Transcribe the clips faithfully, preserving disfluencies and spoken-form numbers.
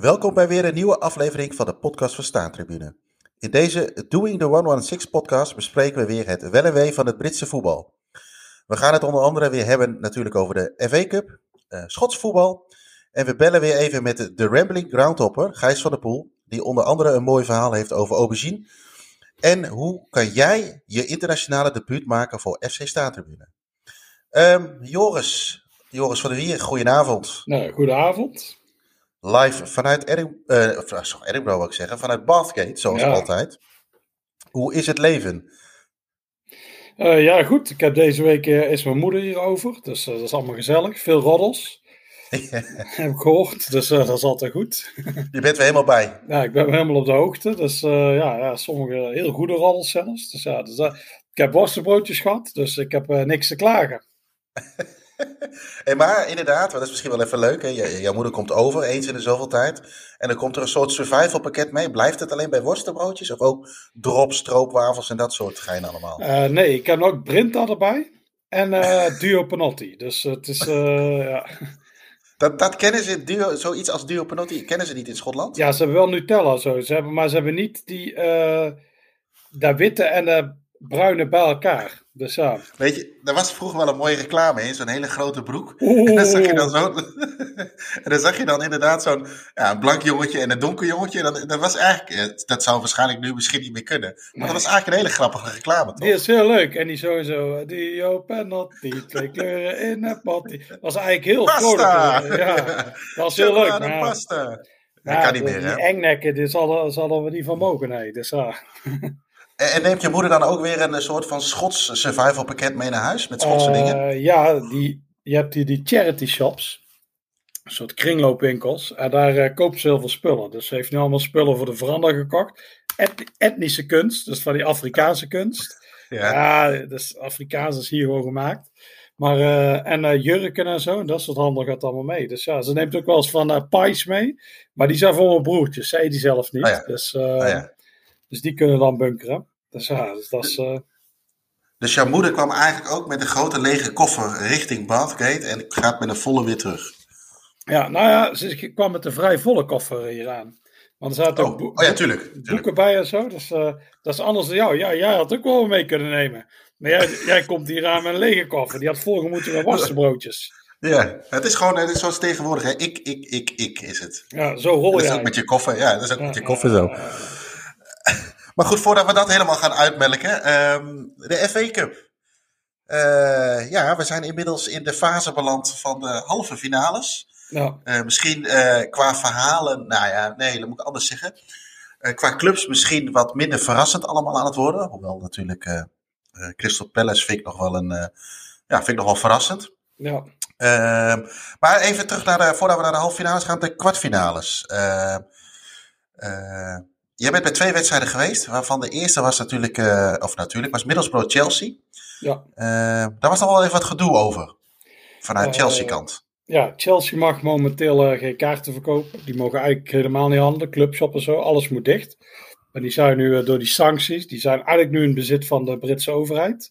Welkom bij weer een nieuwe aflevering van de podcast van Staantribune. In deze Doing the honderdzestig podcast bespreken we weer het wel en wee van het Britse voetbal. We gaan het onder andere weer hebben natuurlijk over de F A Cup, uh, Schots voetbal. En we bellen weer even met de, de Rambling Groundhopper, Gijs van der Poel, die onder andere een mooi verhaal heeft over aubergine. En hoe kan jij je internationale debuut maken voor F C Staantribune? Um, Joris, Joris van der Wier, goedenavond. Nou, goedenavond. Live vanuit Edin- uh, sorry, Edinburgh, wil ik zeggen, vanuit Bathgate, zoals ja. altijd. Hoe is het leven? Uh, ja, goed. Ik heb deze week uh, is mijn moeder hierover, dus uh, dat is allemaal gezellig. Veel roddels. Heb ik gehoord, dus uh, dat is altijd goed. Je bent weer helemaal bij. Ja, ik ben weer helemaal op de hoogte. Dus uh, ja, ja, sommige heel goede roddels zelfs. Dus, ja, dus, uh, ik heb worstenbroodjes gehad, dus ik heb uh, niks te klagen. Hey, maar inderdaad, want dat is misschien wel even leuk. Hè? Je, jouw moeder komt over, eens in de zoveel tijd. En dan komt er een soort survival pakket mee. Blijft het alleen bij worstenbroodjes? Of ook drop, stroopwafels en dat soort gein allemaal? Uh, nee, ik heb ook Brinta erbij. En uh, Duo Panotti. Dus het is, uh, ja... Dat, dat kennen ze, duo, zoiets als Duo Panotti, kennen ze niet in Schotland? Ja, ze hebben wel Nutella zo. Ze hebben, maar ze hebben niet die, uh, dat witte en de bruine bij elkaar. Dus ja. Weet je, er was vroeger wel een mooie reclame in, zo'n hele grote broek. Oeh. En dan zag je dan zo, en dan zag je dan inderdaad zo'n ja, een blank jongetje en een donker jongetje. En dat, dat was eigenlijk, dat zou waarschijnlijk nu misschien niet meer kunnen. Maar nee. Dat was eigenlijk een hele grappige reclame, toch? Die is heel leuk. En die sowieso, die open not, die twee kleuren in het pot. Dat was eigenlijk heel pasta! vrolijk. Ja, dat was heel leuk. Maar, pasta! Dat ja, kan niet meer, die hè? Die engnekken, die zal, zal er niet van mogen, nee. Dus ja. En neemt je moeder dan ook weer een soort van Schots survival pakket mee naar huis? Met Schotse uh, dingen? Ja, die, je hebt die, die charity shops. Een soort kringloopwinkels. En daar uh, koopt ze heel veel spullen. Dus ze heeft nu allemaal spullen voor de veranda gekocht. Et, etnische kunst. Dus van die Afrikaanse kunst. Ja, ja dus Afrikaans is hier gewoon gemaakt. Maar, uh, en uh, jurken en zo. En dat soort handel gaat allemaal mee. Dus ja, ze neemt ook wel eens van uh, pies mee. Maar die zijn voor mijn broertjes. Zij die zelf niet. Oh ja. Dus... Uh, oh ja. Dus die kunnen dan bunkeren. Dus ja, dus dat is... Uh... Dus jouw moeder kwam eigenlijk ook met een grote lege koffer richting Bathgate en gaat met een volle weer terug. Ja, nou ja, ze kwam met een vrij volle koffer hier aan. Want er zaten oh, ook bo- oh ja, tuurlijk, tuurlijk. boeken bij en zo. Dus uh, dat is anders dan jou. Ja, jij had ook wel mee kunnen nemen. Maar jij, jij komt hier aan met een lege koffer. Die had volgemoeten met worstenbroodjes. Ja, het is gewoon, het is zoals tegenwoordig. Hè. Ik, ik, ik, ik is het. Ja, zo rol je. Dat is ook uit. met je koffer. Ja, dat is ook ja, met je koffer zo. Uh, Maar goed, voordat we dat helemaal gaan uitmelken. Um, de F A Cup. Uh, ja, we zijn inmiddels in de fase beland van de halve finales. Ja. Uh, misschien uh, qua verhalen, nou ja, nee, dat moet ik anders zeggen. Uh, qua clubs misschien wat minder verrassend allemaal aan het worden. Hoewel natuurlijk uh, uh, Crystal Palace vind ik nog wel een, uh, ja, vind ik nog wel verrassend. Ja. Uh, maar even terug naar de, voordat we naar de halve finales gaan, de kwartfinales. Uh, uh, Jij bent bij twee wedstrijden geweest, waarvan de eerste was natuurlijk, uh, of natuurlijk, was Middlesbrough-Chelsea. Ja. Uh, daar was nog wel even wat gedoe over, vanuit uh, Chelsea-kant. Ja, Chelsea mag momenteel uh, geen kaarten verkopen. Die mogen eigenlijk helemaal niet handelen, clubshop en zo, alles moet dicht. En die zijn nu uh, door die sancties, die zijn eigenlijk nu in bezit van de Britse overheid.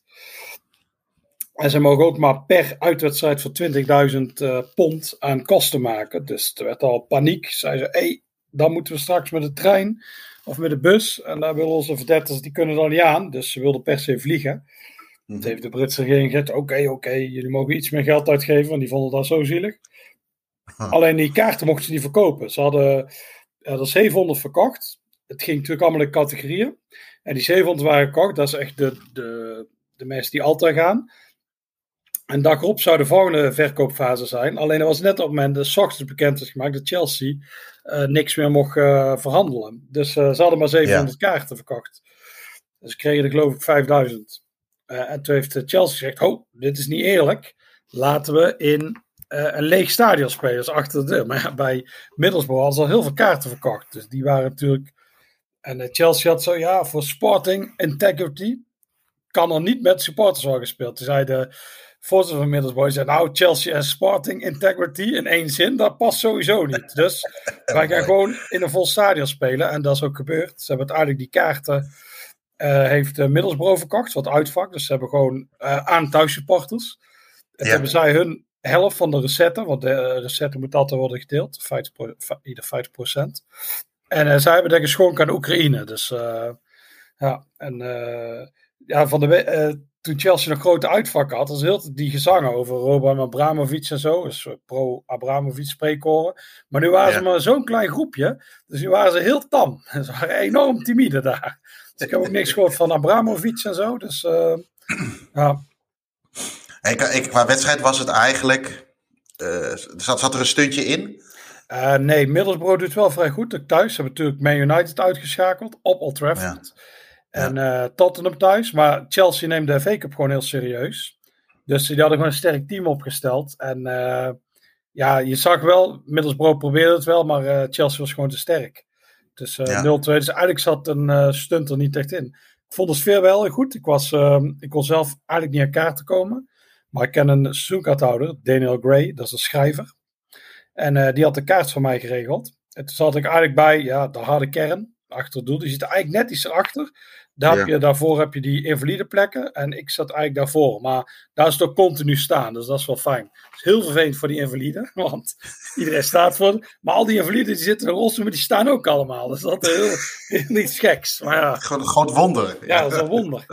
En ze mogen ook maar per uitwedstrijd voor twintigduizend uh, pond aan kosten maken. Dus er werd al paniek. Zeiden ze, hé, hey, dan moeten we straks met de trein of met de bus. En daar willen onze verdetters, die kunnen dan niet aan. Dus ze wilden per se vliegen. Mm-hmm. Dat heeft de Britse regering gezegd, oké, okay, oké, okay, jullie mogen iets meer geld uitgeven. Want die vonden dat zo zielig. Huh. Alleen die kaarten mochten ze niet verkopen. Ze hadden uh, er zevenhonderd verkocht. Het ging natuurlijk allemaal in categorieën. En die zevenhonderd waren gekocht. Dat is echt de, de, de mensen die altijd gaan. En dag erop zou de volgende verkoopfase zijn. Alleen er was net op het moment de ochtends bekend is gemaakt dat Chelsea uh, niks meer mocht uh, verhandelen. Dus uh, ze hadden maar zevenhonderd ja. kaarten verkocht. Dus ze kregen er geloof ik vijfduizend. Uh, en toen heeft Chelsea gezegd, oh, dit is niet eerlijk. Laten we in uh, een leeg stadion spelen, dus achter de deur. Maar ja, bij Middlesbrough hadden ze al heel veel kaarten verkocht. Dus die waren natuurlijk... En uh, Chelsea had zo, ja, voor sporting integrity kan er niet met supporters worden gespeeld. Toen zei de voorzitter van Middlesbrough, zei, nou, Chelsea en sporting integrity in één zin, dat past sowieso niet. Dus wij gaan gewoon in een vol stadion spelen. En dat is ook gebeurd. Ze hebben uiteindelijk die kaarten, uh, heeft uh, Middlesbrough verkocht, wat uitvak. Dus ze hebben gewoon uh, aan thuissupporters. En ja. hebben zij hun helft van de recetten, want de recetten moet altijd worden gedeeld, vijftig, ieder vijftig procent. En uh, zij hebben dat geschonken aan Oekraïne. Dus uh, ja, en uh, ja, van de, uh, toen Chelsea nog grote uitvakken had, was heel die gezangen over Roman Abramovic en zo, dus pro-Abramovic spreekkoren. Maar nu waren ja. ze maar zo'n klein groepje, dus nu waren ze heel tam. Ze waren enorm timide daar. Dus ik heb ook niks gehoord van Abramovic en zo, dus uh, ja. Ik, ik, qua wedstrijd was het eigenlijk, uh, zat, zat er een stuntje in? Uh, nee, Middlesbrough doet wel vrij goed. Thuis ze hebben natuurlijk Man United uitgeschakeld op Old Trafford. Ja. En uh, Tottenham thuis. Maar Chelsea neemt de F A Cup gewoon heel serieus. Dus die hadden gewoon een sterk team opgesteld. En uh, ja, je zag wel, Middlesbrough probeerde het wel, maar uh, Chelsea was gewoon te sterk. Dus uh, ja. nul twee. Dus eigenlijk zat een uh, stunt er niet echt in. Ik vond de sfeer wel heel goed. Ik, was, uh, ik kon zelf eigenlijk niet aan kaart te komen. Maar ik ken een seizoenkaarthouder, Daniel Gray, dat is een schrijver. En uh, die had de kaart van mij geregeld. En toen zat ik eigenlijk bij ja, de harde kern, achter het doel. Die zit er eigenlijk net iets erachter. Daar ja. heb je, daarvoor heb je die invalide plekken. En ik zat eigenlijk daarvoor. Maar daar is het ook continu staan. Dus dat is wel fijn. Het is heel vervelend voor die invaliden. Want iedereen staat voor. Maar al die invaliden die zitten in de rolstoel, maar die staan ook allemaal. Dus dat is heel, heel niets geks. Maar ja. Gewoon een groot wonder. Ja, dat is een wonder.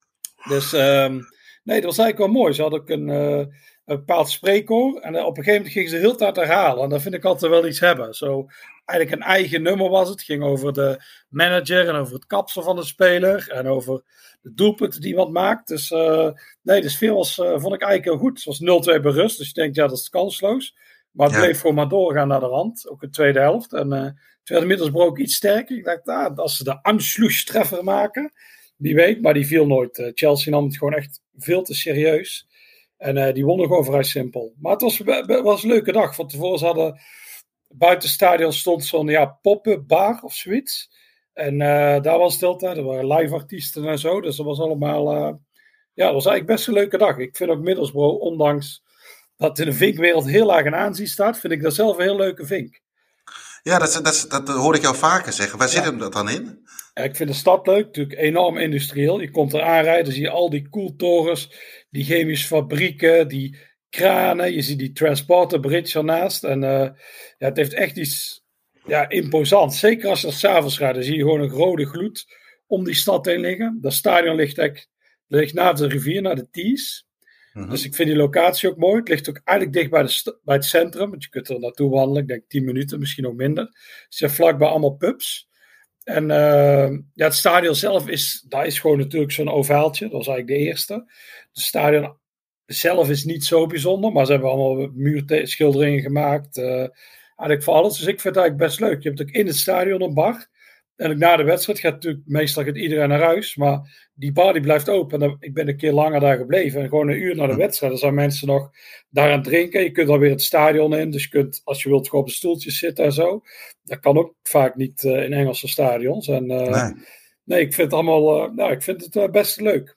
Dus um, nee, dat was eigenlijk wel mooi. Ze hadden ook een... Uh, een bepaald spreekkoor. En op een gegeven moment gingen ze heel tijd herhalen. En dat vind ik altijd wel iets hebben. Zo, eigenlijk een eigen nummer was het. Het ging over de manager en over het kapsel van de speler. En over de doelpunten die iemand maakt. Dus uh, nee, de sfeer was, uh, vond ik eigenlijk heel goed. Het was nul twee berust. Dus je denkt, ja, dat is kansloos. Maar het ja. bleef gewoon maar doorgaan naar de rand. Ook in de tweede helft. En uh, toen werd Middlesbrough ook iets sterker. Ik dacht, ah, als ze de Anschlusstreffer maken. Wie weet, maar die viel nooit. Uh, Chelsea nam het gewoon echt veel te serieus. En uh, die wonnen gewoon vrij simpel. Maar het was, was een leuke dag. Van tevoren ze hadden buiten het stadion stond zo'n ja, pop-up bar of zoiets. En uh, daar was het altijd. Er waren live artiesten en zo. Dus dat was allemaal... Uh, ja, dat was eigenlijk best een leuke dag. Ik vind ook Middlesbrough, ondanks dat het in de vinkwereld heel laag in aanzien staat, vind ik dat zelf een heel leuke vink. Ja, dat, dat, dat hoor ik jou vaker zeggen. Waar ja. zit hem dat dan in? Ja, ik vind de stad leuk, natuurlijk enorm industrieel. Je komt er aanrijden, zie je al die koeltorens, die chemische fabrieken, die kranen. Je ziet die Transporter Bridge ernaast. En uh, ja, het heeft echt iets ja, imposants. Zeker als je er 's avonds rijdt, dan zie je gewoon een rode gloed om die stad heen liggen. Dat stadion ligt, echt, ligt na de rivier, naar de Thees. Mm-hmm. Dus ik vind die locatie ook mooi. Het ligt ook eigenlijk dicht bij, de st- bij het centrum. Want je kunt er naartoe wandelen. Ik denk tien minuten, misschien ook minder. Er zijn vlakbij allemaal pubs. En uh, ja, het stadion zelf is, daar is gewoon natuurlijk zo'n ovaaltje. Dat was eigenlijk de eerste. Het stadion zelf is niet zo bijzonder. Maar ze hebben allemaal muurschilderingen gemaakt. Uh, eigenlijk voor alles. Dus ik vind het eigenlijk best leuk. Je hebt ook in het stadion een bar. En ook na de wedstrijd gaat natuurlijk meestal gaat iedereen naar huis. Maar die bar die blijft open. En ik ben een keer langer daar gebleven. En gewoon een uur na de wedstrijd. Dan zijn mensen nog daar aan het drinken. Je kunt dan weer het stadion in. Dus je kunt, als je wilt, gewoon op de stoeltjes zitten en zo. Dat kan ook vaak niet uh, in Engelse stadions. En, uh, nee. nee, ik vind het allemaal uh, nou, ik vind het uh, best leuk.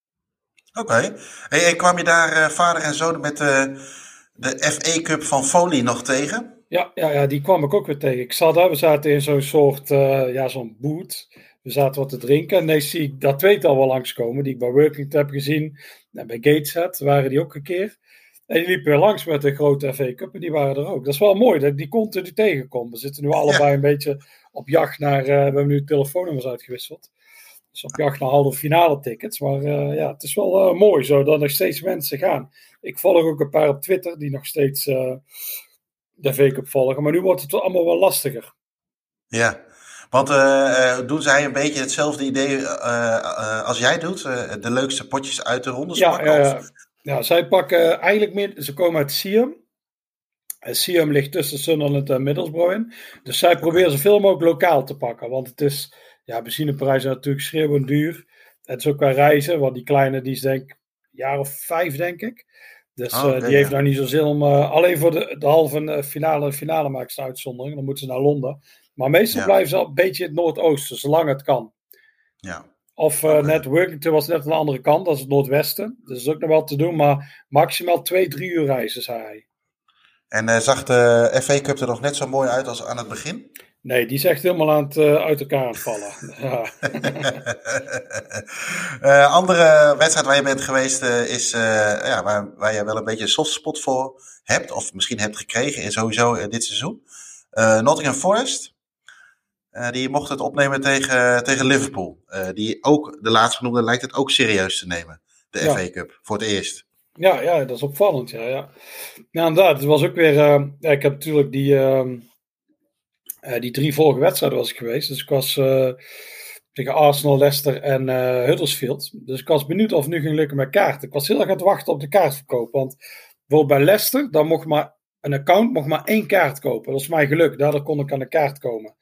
Oké. Okay. Hey, en kwam je daar uh, vader en zoon met uh, de F A Cup van Foley nog tegen? Ja, ja, ja, die kwam ik ook weer tegen. Ik zat daar, we zaten in zo'n soort, uh, ja, zo'n boot. We zaten wat te drinken. En ineens zie ik dat tweetal al wel langskomen, die ik bij Workington heb gezien. En bij Gateshead waren die ook een keer. En die liepen weer langs met de grote F A Cup en die waren er ook. Dat is wel mooi dat ik die continu tegenkom. We zitten nu allebei ja. een beetje op jacht naar, uh, we hebben nu telefoonnummers uitgewisseld. Dus op jacht naar halve finale tickets. Maar uh, ja, het is wel uh, mooi zo dat nog steeds mensen gaan. Ik volg ook een paar op Twitter die nog steeds... Uh, de F A Cup volgen, maar nu wordt het wel allemaal wel lastiger. Ja, want uh, doen zij een beetje hetzelfde idee uh, uh, als jij doet? Uh, de leukste potjes uit de rondes ja, pakken? Uh, ja, zij pakken eigenlijk meer, ze komen uit Siam. En Siam ligt tussen Sunderland en Middlesbrough in. Dus zij proberen zoveel mogelijk lokaal te pakken, want het is, ja, benzineprijzen zijn natuurlijk schreeuwend duur. Het is ook qua reizen, want die kleine die is denk ik een jaar of vijf, denk ik. Dus oh, okay, uh, die heeft ja. nou niet zo zin om... Uh, alleen voor de, de halve uh, finale, finale maken ze een uitzondering. Dan moeten ze naar Londen. Maar meestal ja. blijven ze al een beetje in het noordoosten, zolang het kan. Ja. Of uh, okay. net Workington was net aan de andere kant, dat is het noordwesten. Dus dat is ook nog wel te doen, maar maximaal twee, drie uur reizen, zei hij. En uh, zag de F A Cup er nog net zo mooi uit als aan het begin? Nee, die is echt helemaal aan het uh, uit elkaar aan het vallen. Ja. uh, andere wedstrijd waar je bent geweest uh, is uh, ja, waar, waar je wel een beetje een softspot voor hebt. Of misschien hebt gekregen in sowieso uh, dit seizoen. Uh, Nottingham Forest. Uh, die mocht het opnemen tegen, tegen Liverpool. Uh, die ook, de laatst genoemde, lijkt het ook serieus te nemen. De ja. F A Cup, voor het eerst. Ja, ja, dat is opvallend. Ja, ja. Nou, inderdaad, het was ook weer... Uh, ja, ik heb natuurlijk die... Uh, Uh, die drie vorige wedstrijden was ik geweest. Dus ik was uh, tegen Arsenal, Leicester en uh, Huddersfield. Dus ik was benieuwd of het nu ging lukken met kaarten. Ik was heel erg aan het wachten op de kaartverkoop. Want bijvoorbeeld bij Leicester, dan mocht maar een account mocht maar één kaart kopen. Dat is mij geluk. Daardoor kon ik aan de kaart komen.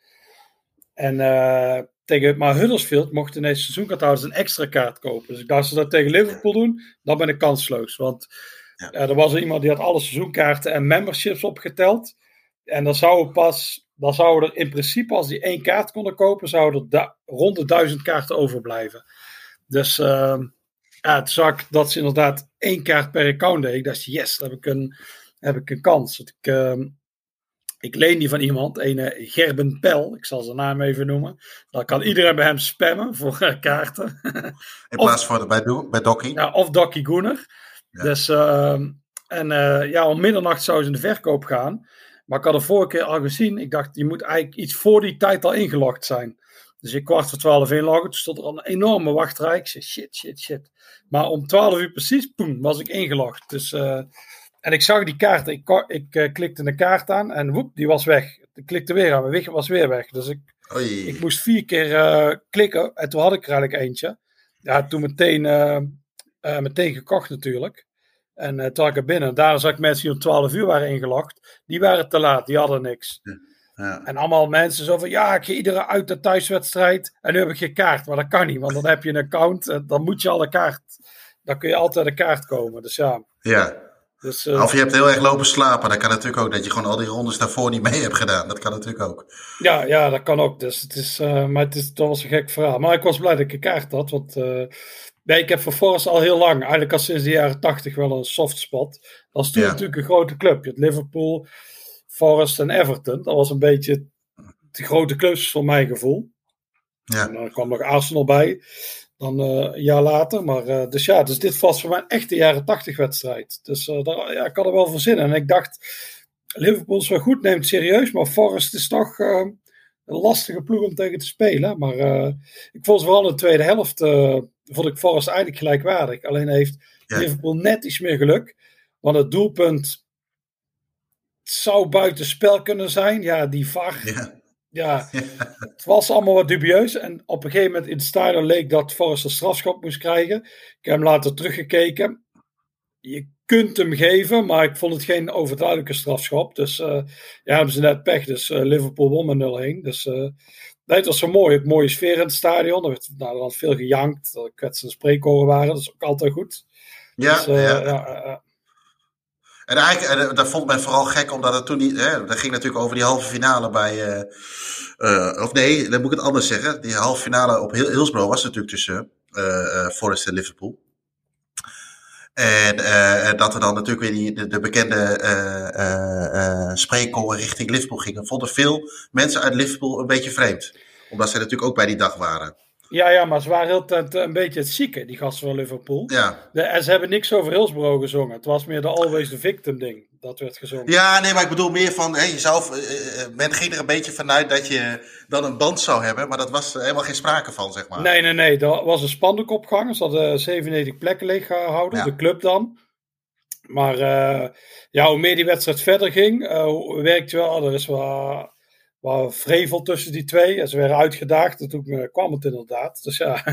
En uh, tegen maar Huddersfield mochten ineens seizoenkaarthouders een extra kaart kopen. Dus ik dacht, als ze dat tegen Liverpool doen, dan ben ik kansloos. Want ja. uh, er was er iemand die had alle seizoenkaarten en memberships opgeteld. En dan zou pas... Dan zouden er in principe, als die één kaart konden kopen, zouden er da- rond de duizend kaarten overblijven. Dus uh, ja, toen zag ik dat ze inderdaad één kaart per account deden. Ik dacht, yes, dan heb ik een, heb ik een kans. Ik, uh, ik leen die van iemand, een Gerben Pel, ik zal zijn naam even noemen. Dan kan iedereen bij hem spammen voor uh, kaarten. In plaats van bij, Do- bij Dokkie. Ja, of Dokkie Goener. Ja. Dus, uh, en uh, ja, om middernacht zou ze in de verkoop gaan. Maar ik had de vorige keer al gezien. Ik dacht, je moet eigenlijk iets voor die tijd al ingelogd zijn. Dus ik kwart voor twaalf inloggen. Toen stond er al een enorme wachtrij. Ik zei, shit, shit, shit. Maar om twaalf uur precies, poem, was ik ingelogd. Dus, uh, en ik zag die kaart. Ik, ik uh, klikte de kaart aan en woep, die was weg. Ik klikte weer aan, mijn was weer weg. Dus ik, ik moest vier keer uh, klikken. En toen had ik er eigenlijk eentje. Ja, toen meteen, uh, uh, meteen gekocht natuurlijk. En uh, toen ik er binnen, daar zag ik mensen die om twaalf uur waren ingelogd. Die waren te laat, die hadden niks. Ja. Ja. En allemaal mensen zo van, ja, ik ga iedere uit de thuiswedstrijd. En nu heb ik geen kaart, maar dat kan niet. Want dan heb je een account, en dan moet je al een kaart. Dan kun je altijd een kaart komen. Dus ja. Ja. Dus, uh, of je hebt heel erg lopen slapen. Dat kan natuurlijk ook, dat je gewoon al die rondes daarvoor niet mee hebt gedaan. Dat kan natuurlijk ook. Ja, ja, dat kan ook. Dus het is, uh, maar het is, dat was een gek verhaal. Maar ik was blij dat ik een kaart had, want... Uh, Nee, ik heb voor Forest al heel lang, eigenlijk al sinds de jaren tachtig wel een softspot. Dat was toen ja. natuurlijk een grote club. Je had Liverpool, Forest en Everton. Dat was een beetje de grote clubs voor mijn gevoel. Ja. En dan kwam nog Arsenal bij, dan uh, een jaar later. Maar, uh, dus ja, dus dit was voor mij een echte jaren tachtig wedstrijd. Dus uh, daar, ja, ik had er wel voor zin in. En ik dacht, Liverpool is wel goed, neemt het serieus. Maar Forest is toch uh, een lastige ploeg om tegen te spelen. Maar uh, ik vond ze vooral in de tweede helft... Uh, vond ik Forest eigenlijk gelijkwaardig. Alleen heeft ja. Liverpool net iets meer geluk. Want het doelpunt zou buitenspel kunnen zijn. Ja, die V A R. Ja. Ja, ja. Het was allemaal wat dubieus. En op een gegeven moment in het stadion leek dat Forest een strafschop moest krijgen. Ik heb hem later teruggekeken. Je kunt hem geven, maar ik vond het geen overduidelijke strafschop. Dus uh, ja, hebben ze net pech. Dus uh, Liverpool won met nul-een. Dus... Uh, Nee, het was zo mooi. Een mooie sfeer in het stadion. Er werd nou, er had veel gejankt. Er kwetsende spreekkoren waren. Dat is ook altijd goed. Ja, dus, uh, ja. ja uh, En eigenlijk, en dat vond men vooral gek, omdat het toen niet... Hè, dat ging natuurlijk over die halve finale bij... Uh, uh, of nee, dan moet ik het anders zeggen. Die halve finale op Hillsborough was natuurlijk tussen uh, uh, Forest en Liverpool. En uh, dat er dan natuurlijk weer die, de, de bekende uh, uh, uh, spreekkoren richting Liverpool gingen. Vonden veel mensen uit Liverpool een beetje vreemd. Omdat ze natuurlijk ook bij die dag waren. Ja, ja, maar ze waren heel tijd een beetje het zieke, die gasten van Liverpool. Ja. De, en ze hebben niks over Hillsborough gezongen. Het was meer de Always the Victim ding. Dat werd gezongen. Ja, nee, maar ik bedoel meer van... Hey, jezelf, uh, men ging er een beetje vanuit dat je dan een band zou hebben. Maar dat was helemaal geen sprake van, zeg maar. Nee, nee, nee. Er was een spandoekopgang. Ze hadden zevenennegentig plekken leeg gehouden. Ja. De club dan. Maar uh, ja, hoe meer die wedstrijd verder ging... Uh, werkte wel... Er is wel... Waar vrevel tussen die twee. En ze werden uitgedaagd. En toen uh, kwam het inderdaad. Dus ja.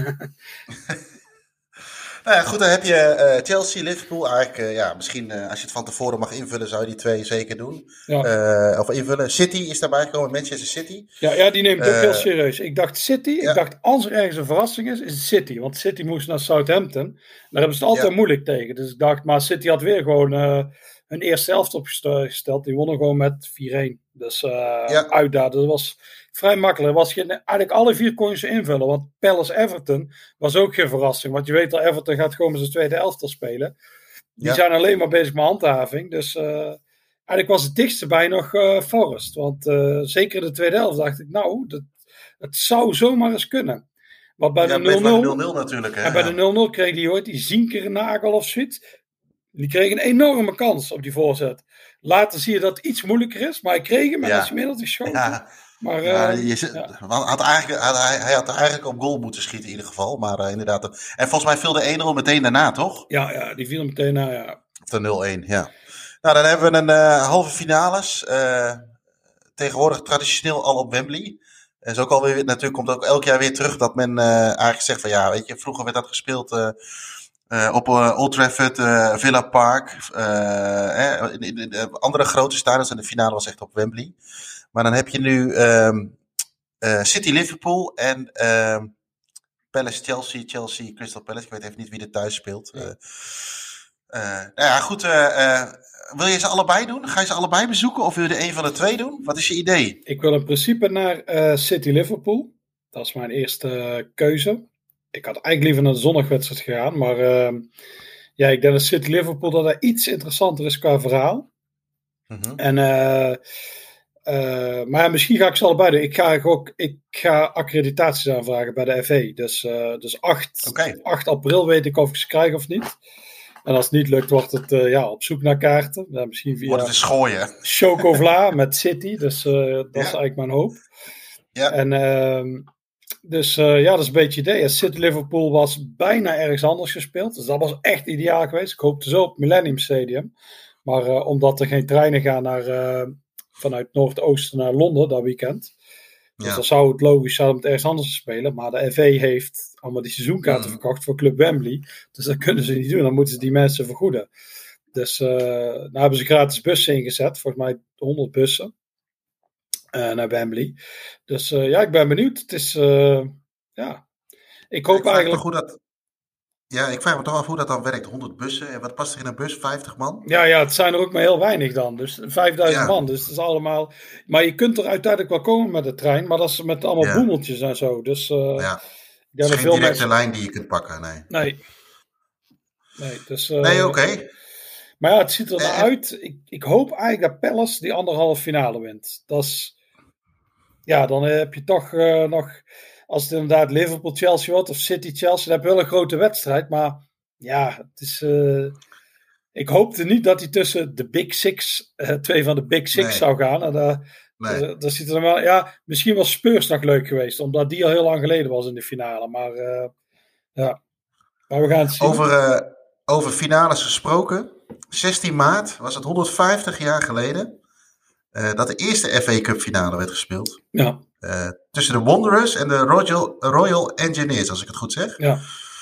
Nou ja, goed. Dan heb je uh, Chelsea, Liverpool. Eigenlijk, uh, ja, misschien uh, als je het van tevoren mag invullen, zou je die twee zeker doen. Ja. Uh, of invullen. City is daarbij gekomen. Manchester City. Ja, ja die neemt het uh, ook heel serieus. Ik dacht City. Ja. Ik dacht, als er ergens een verrassing is, is het City. Want City moest naar Southampton. Daar hebben ze het altijd ja. moeilijk tegen. Dus ik dacht, maar City had weer gewoon... Uh, hun eerste helft opgesteld. Die wonnen gewoon met vier-een. Dus uh, ja. uitdagen. Dat was vrij makkelijk. Was geen, eigenlijk alle vier kon je ze invullen. Want Palace Everton was ook geen verrassing. Want je weet al, Everton gaat gewoon met zijn tweede elftal spelen. Die ja. zijn alleen maar bezig met handhaving. Dus uh, eigenlijk was het dichtste bij nog uh, Forest. Want uh, zeker in de tweede helft dacht ik, nou, dat, het zou zomaar eens kunnen. Maar bij ja, de nul nul, nul nul natuurlijk. Hè? En bij ja. de nul nul kreeg die ooit die Zinkernagel of zoiets. Die kreeg een enorme kans op die voorzet. Later zie je dat het iets moeilijker is, maar hij kreeg hem en Ja. als je meer had geschoten. Ja. Maar, ja, uh, je zit, ja. had eigenlijk, had, hij, hij had eigenlijk op goal moeten schieten in ieder geval. Maar uh, inderdaad. En volgens mij viel de één nul meteen daarna, toch? Ja, ja, die viel meteen na, ja. Of de nul één, ja. Nou, dan hebben we een uh, halve finales. Uh, tegenwoordig traditioneel al op Wembley. En zo ook alweer, natuurlijk komt ook elk jaar weer terug dat men uh, eigenlijk zegt van ja, weet je, vroeger werd dat gespeeld uh, uh, op uh, Old Trafford, uh, Villa Park. Uh, eh, in, in, in andere grote stadions en de finale was echt op Wembley. Maar dan heb je nu um, uh, City Liverpool en um, Palace Chelsea, Chelsea Crystal Palace. Ik weet even niet wie er thuis speelt. Uh, uh, nou ja, goed. Uh, uh, wil je ze allebei doen? Ga je ze allebei bezoeken of wil je er een van de twee doen? Wat is je idee? Ik wil in principe naar uh, City Liverpool. Dat is mijn eerste uh, keuze. Ik had eigenlijk liever naar de zondagwedstrijd gegaan. Maar uh, ja, ik denk dat City Liverpool dat er iets interessanter is qua verhaal. Mm-hmm. En, uh, uh, maar ja, misschien ga ik ze allebei doen. Ik ga ook ik ga accreditaties aanvragen bij de F A. Dus, uh, dus acht, okay. acht april weet ik of ik ze krijg of niet. En als het niet lukt, wordt het uh, ja, op zoek naar kaarten. Ja, misschien via wordt het een schooien. Chocovla met City. Dus uh, dat ja. is eigenlijk mijn hoop. Ja. En uh, dus uh, ja, dat is een beetje het idee. City Liverpool was bijna ergens anders gespeeld. Dus dat was echt ideaal geweest. Ik hoopte zo op Millennium Stadium. Maar uh, omdat er geen treinen gaan naar, uh, vanuit Noordoosten naar Londen dat weekend. Dus ja. dan zou het logisch zijn om het ergens anders te spelen. Maar de F A heeft allemaal die seizoenkaarten mm. verkocht voor Club Wembley. Dus dat kunnen ze niet doen. Dan moeten ze die mensen vergoeden. Dus uh, nou hebben ze gratis bussen ingezet. Volgens mij honderd bussen. Uh, naar Wembley. Dus uh, ja, ik ben benieuwd. Het is, uh, ja. Ik hoop ik eigenlijk... Hoe dat... Ja, ik vraag me toch af hoe dat dan werkt. honderd bussen. En wat past er in een bus? vijftig man? Ja, ja, het zijn er ook maar heel weinig dan. Dus vijfduizend ja. man. Dus het is allemaal... Maar je kunt er uiteindelijk wel komen met de trein. Maar dat is met allemaal ja. boemeltjes en zo. Dus... Uh, ja. Het is geen veel directe mensen... lijn die je kunt pakken, nee. Nee. Nee, dus... Uh, nee, oké. Okay. Maar ja, het ziet er naar uh, uit. Ik, ik hoop eigenlijk dat Palace die anderhalve finale wint. Dat is... Ja, dan heb je toch uh, nog... Als het inderdaad Liverpool-Chelsea wordt of City-Chelsea, dan heb je wel een grote wedstrijd. Maar ja, het is... Uh, ik hoopte niet dat hij tussen de Big Six, uh, twee van de Big Six nee. zou gaan. En uh, nee. uh, dat ziet er wel... Ja, misschien was Spurs nog leuk geweest, omdat die al heel lang geleden was in de finale. Maar uh, ja, maar we gaan het zien. Over, uh, over finales gesproken. zestien maart was het honderdvijftig jaar geleden uh, dat de eerste F A Cup finale werd gespeeld. Ja. Uh, tussen de Wanderers en de Royal, Royal Engineers, als ik het goed zeg. Ja.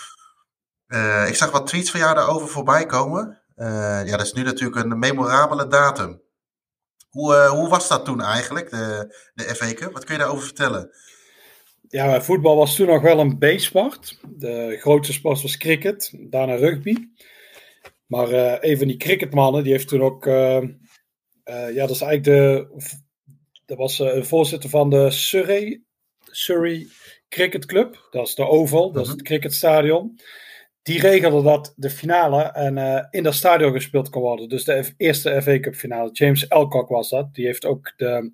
Uh, ik zag wat tweets van jou daarover voorbij komen. Uh, ja, dat is nu natuurlijk een memorabele datum. Hoe, uh, hoe was dat toen eigenlijk, de, de F A Cup? Wat kun je daarover vertellen? Ja, voetbal was toen nog wel een B-sport. De grootste sport was cricket, daarna rugby. Maar uh, een van die cricketmannen, die heeft toen ook... Uh, uh, ja, dat is eigenlijk de... Dat was uh, voorzitter van de Surrey, Surrey Cricket Club. Dat is de Oval, dat uh-huh. is het cricketstadion. Die regelde dat de finale en, uh, in dat stadion gespeeld kon worden. Dus de F- eerste F A Cup finale. James Alcock was dat. Die heeft ook de,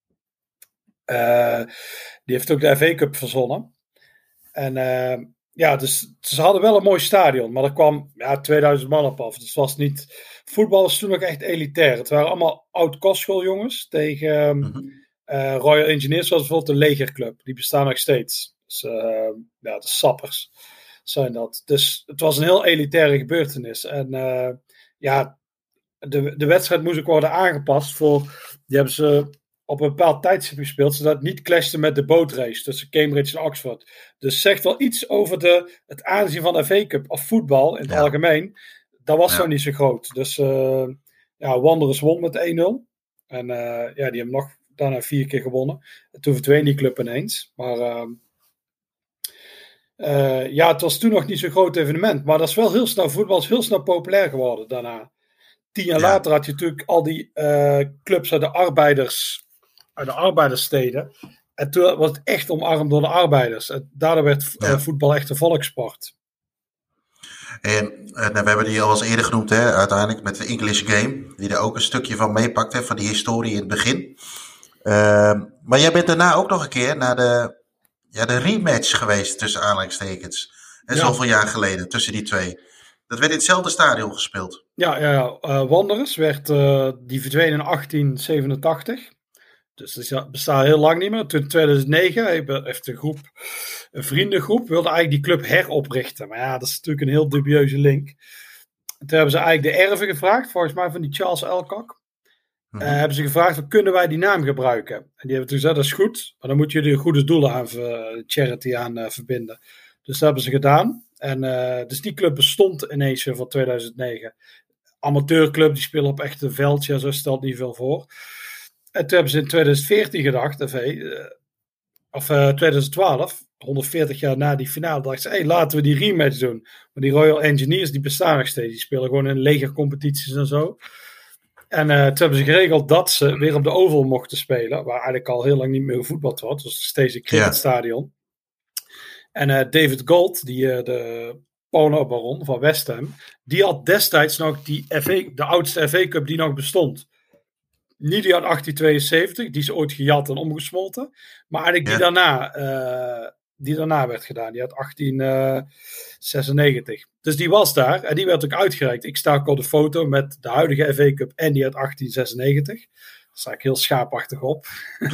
uh, die heeft ook de F A Cup verzonnen. En uh, ja, dus ze hadden wel een mooi stadion. Maar er kwam ja, tweeduizend man op af. Dus het was niet... Voetbal was toen ook echt elitair. Het waren allemaal oud-kostschooljongens tegen um, uh-huh. uh, Royal Engineers, zoals bijvoorbeeld de legerclub. Die bestaan nog steeds. Dus uh, ja, de sappers zijn dat. Dus het was een heel elitaire gebeurtenis. En uh, ja, de, de wedstrijd moest ook worden aangepast voor... Die hebben ze op een bepaald tijdstip gespeeld, zodat het niet clashte met de bootrace tussen Cambridge en Oxford. Dus zegt wel iets over de, het aanzien van de F A Cup of voetbal in het ja. algemeen. Dat was ja. zo niet zo groot. Dus uh, ja, Wanderers won met één nul. En uh, ja, die hebben nog daarna vier keer gewonnen. En toen verdween die club ineens. Maar uh, uh, ja, het was toen nog niet zo'n groot evenement. Maar dat is wel heel snel, voetbal is heel snel populair geworden daarna. Tien jaar ja. later had je natuurlijk al die uh, clubs uit de arbeiders, uit de arbeiderssteden. En toen was het echt omarmd door de arbeiders. En daardoor werd ja. uh, voetbal echt een volkssport. En, en we hebben die al eens eerder genoemd, hè, uiteindelijk met de English Game, die er ook een stukje van meepakt, hè, van die historie in het begin. Uh, maar jij bent daarna ook nog een keer naar de, ja, de rematch geweest tussen aanhalingstekens. En Ja. zoveel jaar geleden, tussen die twee. Dat werd in hetzelfde stadion gespeeld. Ja, ja, ja. Uh, Wanderers werd, uh, die verdween in achttien zevenentachtig. Dus dat bestaat heel lang niet meer. Toen in tweeduizend negen heeft een groep, een vriendengroep, wilde eigenlijk die club heroprichten. Maar ja, dat is natuurlijk een heel dubieuze link. Toen hebben ze eigenlijk de erven gevraagd, volgens mij van die Charles Alcock. Mm-hmm. Uh, hebben ze gevraagd, kunnen wij die naam gebruiken? En die hebben toen gezegd, dat is goed, maar dan moet je de goede doelen aan uh, charity aan uh, verbinden. Dus dat hebben ze gedaan. En uh, dus die club bestond ineens weer van tweeduizend negen. Amateurclub, die spelen op echte veldje, ja, zo stelt niet veel voor. En toen hebben ze in tweeduizend veertien gedacht, of, uh, of uh, tweeduizend twaalf, honderdveertig jaar na die finale, dachten ze, hé, hey, laten we die rematch doen. Maar die Royal Engineers, die bestaan nog steeds. Die spelen gewoon in legercompetities en zo. En uh, toen hebben ze geregeld dat ze weer op de Oval mochten spelen, waar eigenlijk al heel lang niet meer gevoetbald wordt. Dus steeds een cricketstadion. Ja. En uh, David Gold, die uh, de porno-baron van West Ham, die had destijds nog die F A, de oudste F A Cup die nog bestond. Niet die uit achttien tweeënzeventig, die is ooit gejat en omgesmolten. Maar eigenlijk die, ja. daarna, uh, die daarna werd gedaan. Die uit achttien zesennegentig. Dus die was daar en die werd ook uitgereikt. Ik sta ook op de foto met de huidige F A Cup en die uit achttien zesennegentig. Daar sta ik heel schaapachtig op.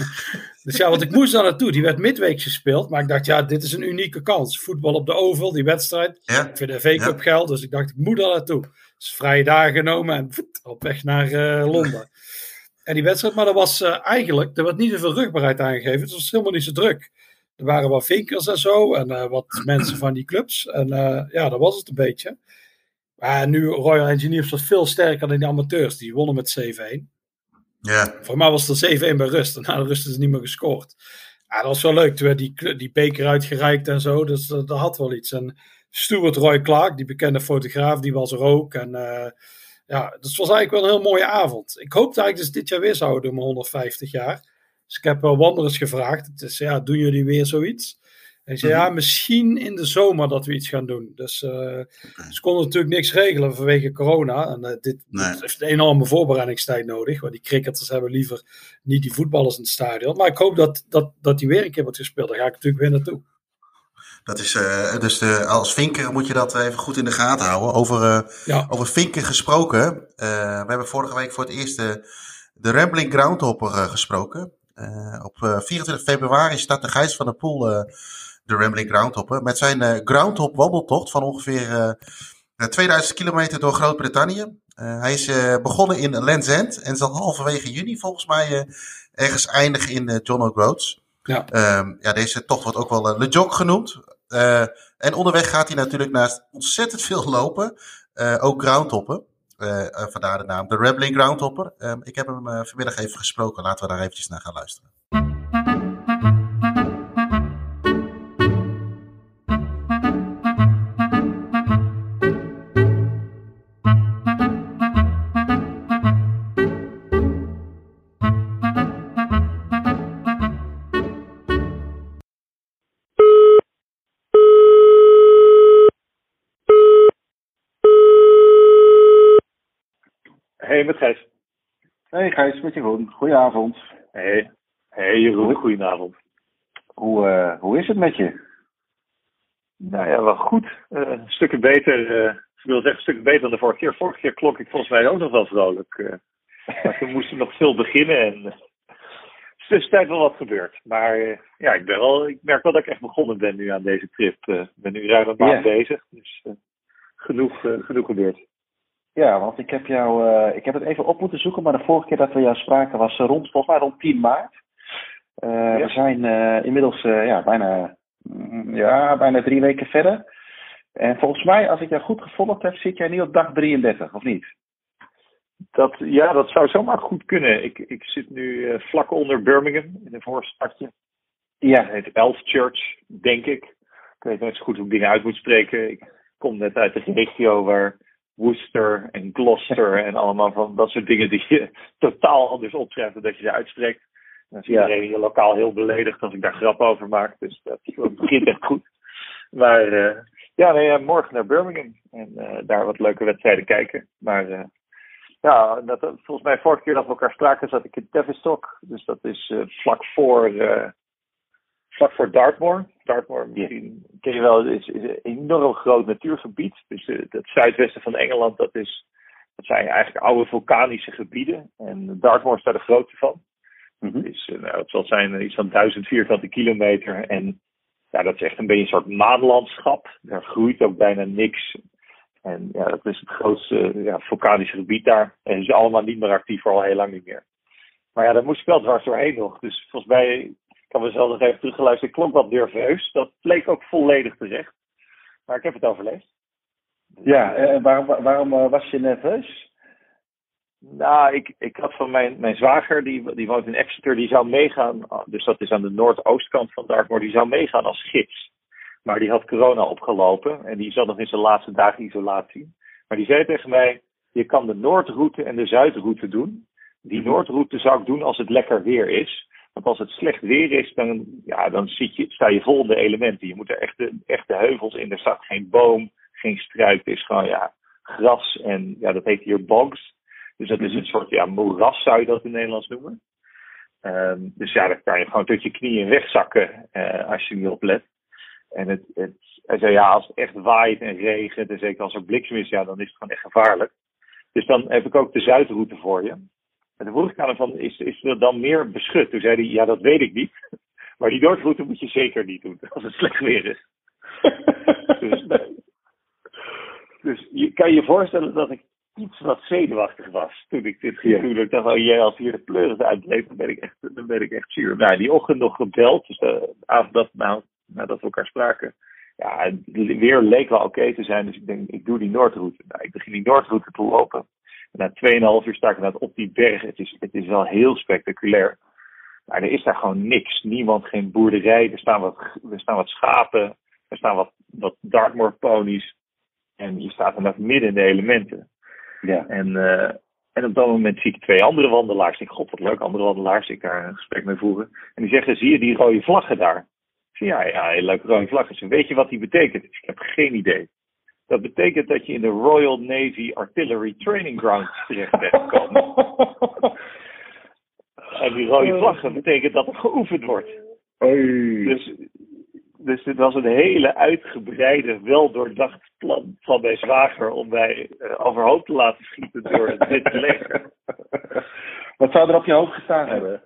Dus ja, want ik moest daar naartoe. Die werd midweeks gespeeld. Maar ik dacht, ja, dit is een unieke kans. Voetbal op de Oval, die wedstrijd. Ja. Ik vind de F A Cup ja. geld. Dus ik dacht, ik moet daar naartoe. Dus vrije dagen genomen en voet, op weg naar uh, Londen. En die wedstrijd, maar er was uh, eigenlijk, er werd niet zoveel rugbaarheid aangegeven. Het was helemaal niet zo druk. Er waren wat vinkers en zo, en uh, wat mensen van die clubs. En uh, ja, dat was het een beetje. Maar nu, Royal Engineers was veel sterker dan de amateurs. Die wonnen met zeven-een. Ja. Voor mij was het zeven-een bij rust. En na de rust is het niet meer gescoord. Ja, dat was wel leuk. Toen werd die, die beker uitgereikt en zo. Dus uh, dat had wel iets. En Stuart Roy Clark, die bekende fotograaf, die was er ook. En... Uh, Ja, dus het was eigenlijk wel een heel mooie avond. Ik hoopte eigenlijk dus dit jaar weer zouden doen, mijn honderdvijftig jaar. Dus ik heb wel Wanderers gevraagd. Het is, ja, doen jullie weer zoiets? En ik zei, mm-hmm. ja, misschien in de zomer dat we iets gaan doen. Dus uh, okay. Ze konden natuurlijk niks regelen vanwege corona. En uh, dit, nee. dit heeft een enorme voorbereidingstijd nodig. Want die cricketers hebben liever niet die voetballers in het stadion. Maar ik hoop dat, dat, dat die weer een keer wordt gespeeld. Daar ga ik natuurlijk weer naartoe. Dat is, uh, dus de, als vinker moet je dat even goed in de gaten houden. Over, uh, ja. over vinker gesproken. Uh, we hebben vorige week voor het eerst de, de Rambling Groundhopper uh, gesproken. Uh, op uh, vierentwintig februari start de Gijs van der Poel uh, de Rambling Groundhopper. Met zijn uh, groundhop wandeltocht van ongeveer uh, tweeduizend kilometer door Groot-Brittannië. Uh, hij is uh, begonnen in Land's End en zal halverwege juni volgens mij uh, ergens eindigen in uh, John O'Groats. Ja. Um, ja, deze tocht wordt ook wel uh, Le Jog genoemd. Uh, en onderweg gaat hij natuurlijk naast ontzettend veel lopen. Uh, ook groundhoppen. Uh, uh, vandaar de naam de Rambling Groundhopper. Um, ik heb hem uh, vanmiddag even gesproken. Laten we daar eventjes naar gaan luisteren. Hey, met Gijs. Hey Gijs, met Jeroen. Goedenavond. Hey, hey Jeroen, goedenavond. Hoe, uh, hoe is het met je? Nou ja, wel goed. Uh, een stukje beter. Uh, ik wil zeggen, een stukje beter dan de vorige keer. Vorige keer klonk ik volgens mij ook nog wel vrolijk. Uh, maar toen moesten nog veel beginnen en uh, is tussentijd wel wat gebeurd. Maar uh, ja, ik, ben wel, ik merk wel dat ik echt begonnen ben nu aan deze trip. Ik uh, ben nu ruim een maand yeah. bezig. Dus uh, genoeg, uh, genoeg gebeurd. Ja, want ik heb jou, uh, ik heb het even op moeten zoeken, maar de vorige keer dat we jou spraken was rond, volgens mij rond tien maart. Uh, ja. We zijn uh, inmiddels uh, ja, bijna, mm, ja, bijna drie weken verder. En volgens mij, als ik jou goed gevolgd heb, zit jij nu op dag drieëndertig, of niet? Dat, ja, dat zou zomaar goed kunnen. Ik, ik zit nu uh, vlak onder Birmingham, in een voorstadje. Ja, het heet Elf Church, denk ik. Ik weet nooit zo goed hoe ik dingen uit moet spreken. Ik kom net uit de regio waar Worcester en Gloucester en allemaal van dat soort dingen die je totaal anders opschrijft dan dat je ze uitspreekt. En dan is iedereen hier lokaal heel beledigd als ik daar grap over maak. Dus dat begint echt goed. Maar uh, Ja, nee, morgen naar Birmingham. En uh, daar wat leuke wedstrijden kijken. Maar uh, ja, dat, volgens mij vorige keer dat we elkaar spraken zat ik in Tavistock. Dus dat is uh, vlak voor... Uh, Vlak voor Dartmoor. Dartmoor misschien ken je wel, is, is een enorm groot natuurgebied. Dus uh, het zuidwesten van Engeland, dat, is, dat zijn eigenlijk oude vulkanische gebieden. En Dartmoor is daar de grootste van. Mm-hmm. Dus, uh, nou, het zal zijn uh, iets van duizend vierkante kilometer. En ja, dat is echt een beetje een soort maanlandschap. Daar groeit ook bijna niks. En ja, dat is het grootste uh, ja, vulkanische gebied daar. En het is allemaal niet meer actief, voor al heel lang niet meer. Maar ja, daar moest ik wel dwars doorheen nog. Dus volgens mij... Ik heb mezelf nog even teruggeluisterd. Ik klonk wat nerveus. Dat bleek ook volledig terecht. Maar ik heb het overleefd. Ja, en waarom, waarom was je nerveus? Nou, ik, ik had van mijn, mijn zwager, die, die woont in Exeter, die zou meegaan. Dus dat is aan de noordoostkant van Dartmoor. Die zou meegaan als gids. Maar die had corona opgelopen. En die zat nog in zijn laatste dagen isolatie. Maar die zei tegen mij, je kan de noordroute en de zuidroute doen. Die noordroute zou ik doen als het lekker weer is. Want als het slecht weer is, dan, ja, dan zit je, sta je vol in de elementen. Je moet er echte, echte heuvels in. Er staat geen boom, geen struik. Het is gewoon ja, gras en ja, dat heet hier bogs. Dus dat is een soort ja, moeras, zou je dat in het Nederlands noemen. Um, dus ja, dan kan je gewoon tot je knieën wegzakken uh, als je niet oplet. En het, het, hij zei ja, als het echt waait en regent en zeker als er bliksem is, ja, dan is het gewoon echt gevaarlijk. Dus dan heb ik ook de zuidroute voor je. En de vroeg ik aan hem van, is, is er dan meer beschut? Toen zei hij, ja, dat weet ik niet. Maar die noordroute moet je zeker niet doen, als het slecht weer is. dus, dus je kan je voorstellen dat ik iets wat zenuwachtig was toen ik dit ging doen. Ik dacht, oh jij, als hier de pleuris uitbleef, dan ben ik echt, dan ben ik echt zuur. Nou, die ochtend nog gebeld, dus de avond dat, nou, nadat we elkaar spraken. Ja, het weer leek wel oké okay te zijn, dus ik denk, ik doe die noordroute. Nou, ik begin die noordroute te lopen. Na tweeënhalf uur sta ik inderdaad op die berg. Het is, het is wel heel spectaculair. Maar er is daar gewoon niks. Niemand, geen boerderij. Er staan wat, er staan wat schapen. Er staan wat, wat Dartmoor ponies. En je staat inderdaad midden in de elementen. Ja. En, uh, en op dat moment zie ik twee andere wandelaars. Ik denk, god wat leuk, andere wandelaars. Ik daar een gesprek mee voeren. En die zeggen, zie je die rode vlaggen daar? Ik zeg, ja, ja, heel leuke rode vlaggen. Ze weet je wat die betekent? Ik heb geen idee. Dat betekent dat je in de Royal Navy Artillery Training Grounds terecht bent gekomen. En die rode vlaggen betekent dat er geoefend wordt. Oei. Dus, dus dit was een hele uitgebreide, wel doordacht plan van mijn zwager om mij uh, overhoop te laten schieten door het Britse leger. Wat zou er op je hoofd gestaan hebben?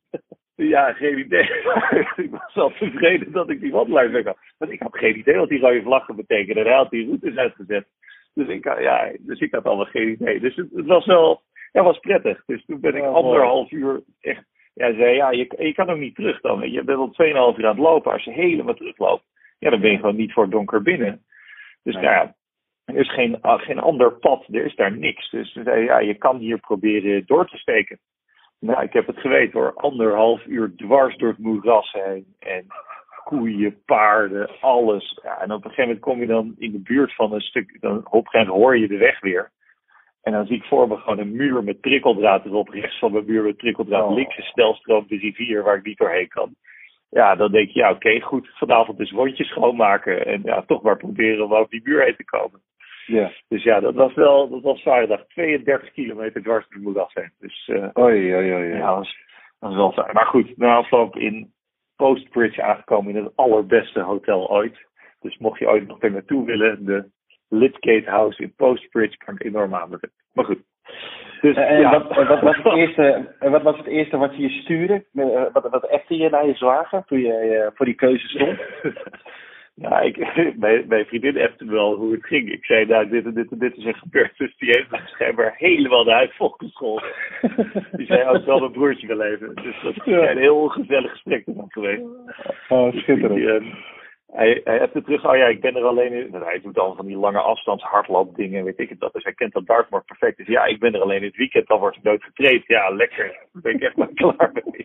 Ja, geen idee. Ik was wel tevreden dat ik die wandelaars weg had. Want ik had geen idee wat die rode vlaggen betekenen. Hij had die routes uitgezet. Dus ik, ja, dus ik had allemaal geen idee. Dus het, het was wel, ja, was prettig. Dus toen ben ik oh, anderhalf uur echt, ja, zei ja, je, je kan ook niet terug dan. Je bent al tweeënhalf uur aan het lopen. Als je helemaal terugloopt, ja, dan ben je gewoon niet voor het donker binnen. Dus nee. Ja, er is geen, geen ander pad. Er is daar niks. Dus toen zei ja, je kan hier proberen door te steken. Nou, ik heb het geweten hoor. Anderhalf uur dwars door het moeras heen. En koeien, paarden, alles. Ja, en op een gegeven moment kom je dan in de buurt van een stuk. Dan op een gegeven moment hoor je de weg weer. En dan zie ik voor me gewoon een muur met prikkeldraad erop. Rechts van mijn muur met prikkeldraad. Oh. Links een snelstroom de rivier waar ik niet doorheen kan. Ja, dan denk je, ja oké, okay, goed. Vanavond dus wondjes schoonmaken. En ja, toch maar proberen om over die muur heen te komen. Ja. Dus ja, dat was wel, dat was vrijdag tweeëndertig kilometer dwars door de moeras heen. Dus uh, oei, oei, oei. Ja, dat was, dat was wel saai. Maar goed, na afloop in Postbridge aangekomen in het allerbeste hotel ooit. Dus mocht je ooit nog er naartoe willen, de Lidgate House in Postbridge kan ik enorm aanbevelen. Maar goed. Dus, en ja. wat, wat, was het eerste, wat was het eerste wat je je stuurde? Wat, wat appte je naar je zwager toen je uh, voor die keuze stond? Nou, ik, mijn, mijn vriendin appte wel hoe het ging. Ik zei, nou, dit en dit en dit is er gebeurd. Dus die heeft het schijnbaar helemaal de huid volgescholden. Die zei, oh, ik zal mijn broertje wel even. Dus dat is ja. een heel gezellig gesprek ervan geweest. Oh, schitterend. Dus die, uh, hij, hij appte terug, oh ja, ik ben er alleen in. Hij doet al van die lange afstands hardloopdingen, weet ik het dat. Dus hij kent dat Dartmoor perfect. Dus ja, ik ben er alleen in het weekend, dan wordt hij nooit getraind. Ja, lekker. Daar ben ik echt maar klaar mee.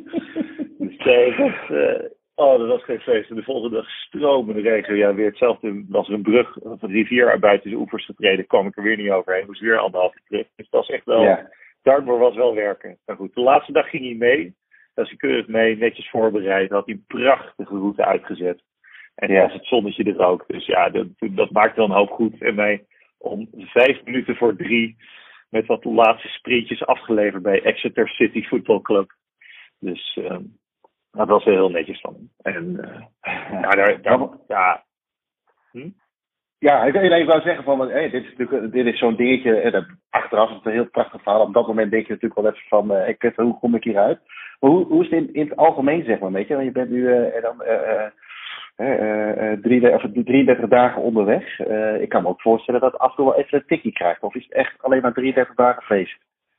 Dus uh, dat is... Uh, Oh, dat was geen feest. En de volgende dag stromende regen. Ja, weer hetzelfde. Als er een brug of een rivier buiten de oevers getreden, kwam ik er weer niet overheen. Moest weer anderhalf uur terug. Dus dat was echt wel... Ja. Dartmoor was wel werken. Maar goed, de laatste dag ging hij mee. Daar is hij keurig mee, netjes voorbereid. Had hij een prachtige route uitgezet. En ja. was het zonnetje er ook. Dus ja, dat, dat maakt wel een hoop goed. En mij om vijf minuten voor drie met wat laatste sprintjes afgeleverd bij Exeter City Football Club. Dus um, dat was heel netjes van hem. En uh, ja, daar, daar, ja. Hm? Ja, ik wil even wou zeggen van, hey, dit is natuurlijk dit is zo'n dingetje. Eh, achteraf is het een heel prachtig verhaal. Op dat moment denk je natuurlijk wel even van, uh, ik, hoe kom ik hieruit? Maar hoe, hoe is het in, in het algemeen, zeg maar, weet je? Want je bent nu uh, dan, uh, uh, uh, drie, of drieëndertig dagen onderweg. Uh, ik kan me ook voorstellen dat het af en toe wel even een tikkie krijgt. Of is het echt alleen maar drieëndertig dagen feest?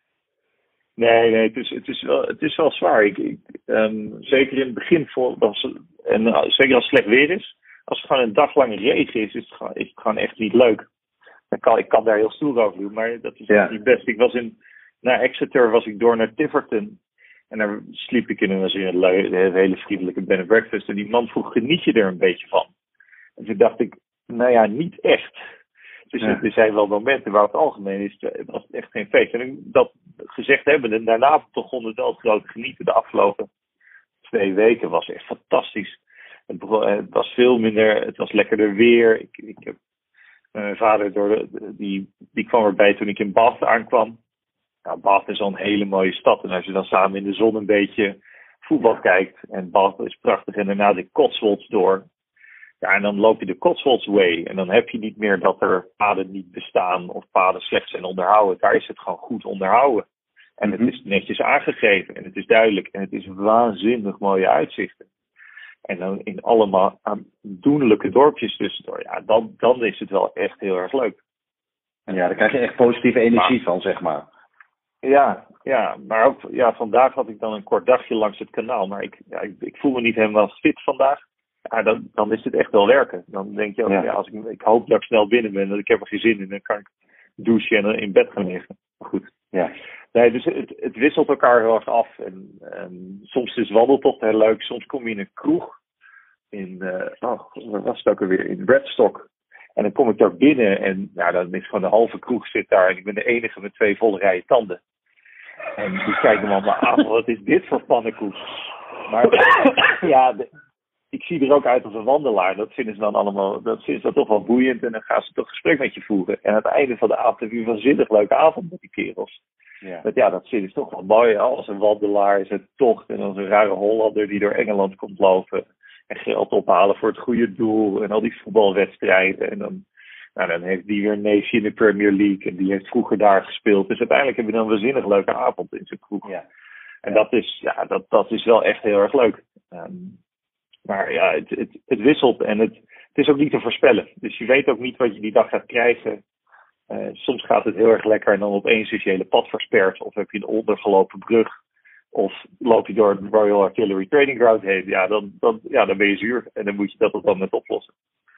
Nee, nee, het is, het is, wel, het is wel zwaar. Ik, ik, um, zeker in het begin, voor, was, en uh, zeker als het slecht weer is. Als het gewoon een dag lang regen is, is het gewoon, is het gewoon echt niet leuk. Dan kan, ik kan daar heel stoer over doen, maar dat is ja. niet best. Ik was in, na Exeter was ik door naar Tiverton. En daar sliep ik in een, in een, een hele vriendelijke bed and breakfast. En die man vroeg, geniet je er een beetje van? En toen dacht ik, nou ja, niet echt. Dus ja. er zijn wel momenten waar het algemeen is, het was echt geen feest. En dat gezegd hebben, en daarna begon het wel het grote genieten. De afgelopen twee weken was echt fantastisch. Het, begon, het was veel minder, het was lekkerder weer. Ik, ik heb, mijn vader, door de, die, die kwam erbij toen ik in Bath aankwam. Nou, Bath is al een hele mooie stad. En als je dan samen in de zon een beetje voetbal kijkt. En Bath is prachtig. En daarna de Cotswolds door. Ja, en dan loop je de Cotswolds Way. En dan heb je niet meer dat er paden niet bestaan. Of paden slecht zijn onderhouden. Daar is het gewoon goed onderhouden. En het is netjes aangegeven. En het is duidelijk. En het is waanzinnig mooie uitzichten. En dan in allemaal aandoenlijke dorpjes tussendoor. Ja, dan, dan is het wel echt heel erg leuk. En ja, daar krijg je echt positieve energie maar, van, zeg maar. Ja, ja, maar ook ja, vandaag had ik dan een kort dagje langs het kanaal. Maar ik, ja, ik, ik voel me niet helemaal fit vandaag. Ja, dan, dan is het echt wel werken. Dan denk je ook, ja. Ja, als ik, ik hoop dat ik snel binnen ben. Dat ik heb er geen zin in. Dan kan ik douchen en in bed gaan liggen. Maar goed. Ja. Nee, dus het, het wisselt elkaar heel erg af. En, en soms is wandeltocht heel leuk. Soms kom je in een kroeg. In, uh, oh, waar was het ook alweer? In Bradstock. En dan kom ik daar binnen. En ja, dan is gewoon de halve kroeg zit daar. En ik ben de enige met twee volle rijen tanden. En die kijken me allemaal aan. Wat is dit voor pannenkoek? Maar ja, de, ik zie er ook uit als een wandelaar. Dat vinden ze dan allemaal, dat vinden ze toch wel boeiend. En dan gaan ze toch gesprek met je voeren. En aan het einde van de avond heb je een waanzinnig leuke avond met die kerels. Ja, dat, ja, dat vinden ze toch wel mooi. Als een wandelaar is het tocht. En als een rare Hollander die door Engeland komt lopen. En geld ophalen voor het goede doel. En al die voetbalwedstrijden. En dan, nou, dan heeft die weer een neefje in de Premier League. En die heeft vroeger daar gespeeld. Dus uiteindelijk heb je dan een waanzinnig leuke avond in zijn kroeg. Ja. En dat is, ja, dat, dat is wel echt heel erg leuk. Um, maar ja, het, het, het wisselt. En het, het is ook niet te voorspellen. Dus je weet ook niet wat je die dag gaat krijgen. Uh, soms gaat het heel erg lekker. En dan opeens is je hele pad versperd. Of heb je een ondergelopen brug. Of loop je door het Royal Artillery Training Ground heen. Ja, dan, dan, ja, dan ben je zuur. En dan moet je dat op dan met oplossen.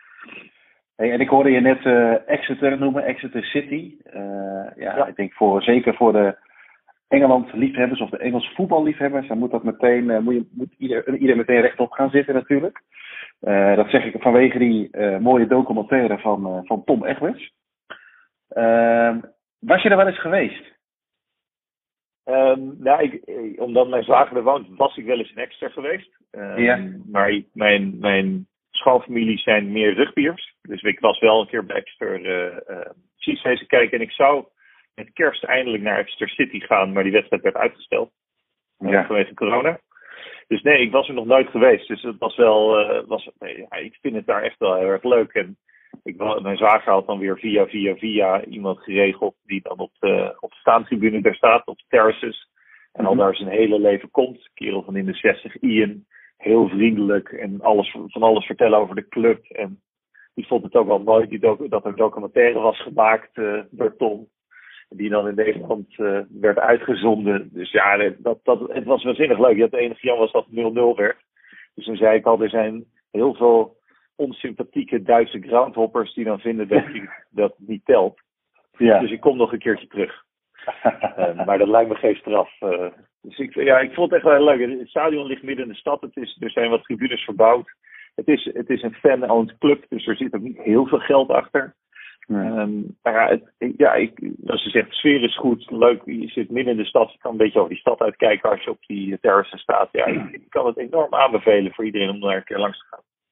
Hey, en ik hoorde je net uh, Exeter noemen. Exeter City. Uh, ja, ja, ik denk voor, zeker voor de Engeland-liefhebbers of de Engelse voetballiefhebbers. Dan moet dat meteen, uh, moet, je, moet ieder, ieder meteen rechtop gaan zitten natuurlijk. Uh, dat zeg ik vanwege die uh, mooie documentaire van, uh, van Tom Egberts. Uh, was je er wel eens geweest? Um, nou, ik, omdat mijn zwager er woont, was ik wel eens in Exeter geweest. Um, ja. Maar mijn, mijn schoonfamilie zijn meer rugbiers. Dus ik was wel een keer bij Exeter uh, uh, Chiefs kijken. En ik zou met kerst eindelijk naar Exeter City gaan, maar die wedstrijd werd uitgesteld. Ja. Uh, vanwege corona. Dus nee, ik was er nog nooit geweest. Dus het was wel, uh, was, nee, ja, ik vind het daar echt wel heel erg leuk. En ik, mijn zwager had dan weer via, via, via iemand geregeld die dan op de, op de staantribune daar staat, op de terraces. En al daar zijn hele leven komt. Kerel van in de zestig, Ian. Heel vriendelijk en alles, van alles vertellen over de club. En die vond het ook wel mooi die doc, dat er documentaire was gemaakt uh, door Tom. Die dan in Nederland uh, werd uitgezonden. Dus ja, dat, dat, het was waanzinnig leuk. Het enige jammer was dat het nul nul werd. Dus toen zei ik al, er zijn heel veel onsympathieke Duitse groundhoppers die dan vinden dat die, dat niet telt. Ja. Dus ik kom nog een keertje terug. uh, maar dat lijkt me geen straf. Uh, dus ik, ja, ik vond het echt wel leuk. Het stadion ligt midden in de stad. Het is, er zijn wat tribunes verbouwd. Het is, het is een fan-owned club, dus er zit ook niet heel veel geld achter. Ja. Um, maar ja, het, ja ik, als je zegt, de sfeer is goed, leuk, je zit midden in de stad, je kan een beetje over die stad uitkijken als je op die terrassen staat. Ja, ik, ik kan het enorm aanbevelen voor iedereen om daar een keer langs te gaan.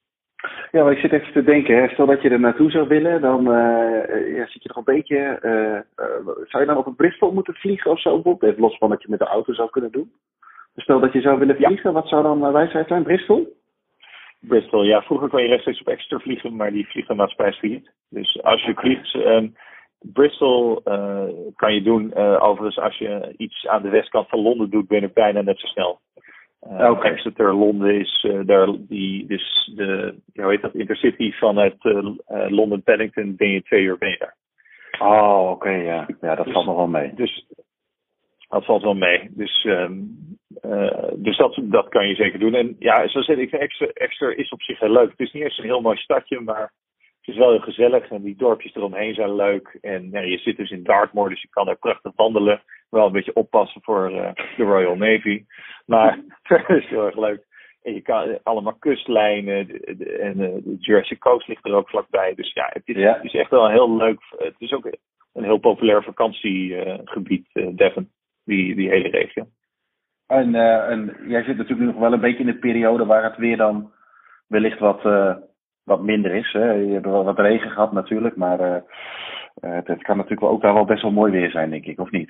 Ja, maar ik zit even te denken, hè. Stel dat je er naartoe zou willen, dan uh, ja, zit je nog een beetje... Uh, uh, zou je dan op een Bristol moeten vliegen of zo? Bijvoorbeeld? Even los van dat je met de auto zou kunnen doen. Stel dat je zou willen vliegen, ja. Wat zou dan uh, wijsheid zijn? Bristol? Bristol, ja. Vroeger kon je rechtstreeks op Exeter vliegen, maar die vliegtuigmaatschappij is failliet. Dus als je okay. vliegt... Um, Bristol uh, kan je doen, uh, overigens als je iets aan de westkant van Londen doet, ben je bijna net zo snel. Uh, okay. Exeter, Londen is uh, daar die, dus de, hoe heet dat, Intercity vanuit uh, uh, Londen Paddington, ben je twee uur ben je daar. Oh, oké, okay, ja. Ja, dat dus, valt nog wel mee. Dus dat valt wel mee. Dus, um, uh, dus dat, dat kan je zeker doen. En ja, zoals ik zei, Exeter, Exeter is op zich heel leuk. Het is niet eens een heel mooi stadje, maar het is wel heel gezellig en die dorpjes eromheen zijn leuk. En ja, je zit dus in Dartmoor, dus je kan er prachtig wandelen. Wel een beetje oppassen voor uh, de Royal Navy. Maar het is heel erg leuk. En je kan uh, allemaal kustlijnen. De, de, en uh, de Jurassic Coast ligt er ook vlakbij. Dus ja, het is, ja. Het is echt wel een heel leuk... Het is ook een heel populair vakantiegebied, uh, uh, Devon. Die, die hele regio. En, uh, en jij zit natuurlijk nog wel een beetje in de periode waar het weer dan wellicht wat... Uh... wat minder is. Hè. Je hebt wel wat regen gehad natuurlijk, maar uh, het, het kan natuurlijk wel ook daar wel best wel mooi weer zijn, denk ik, of niet?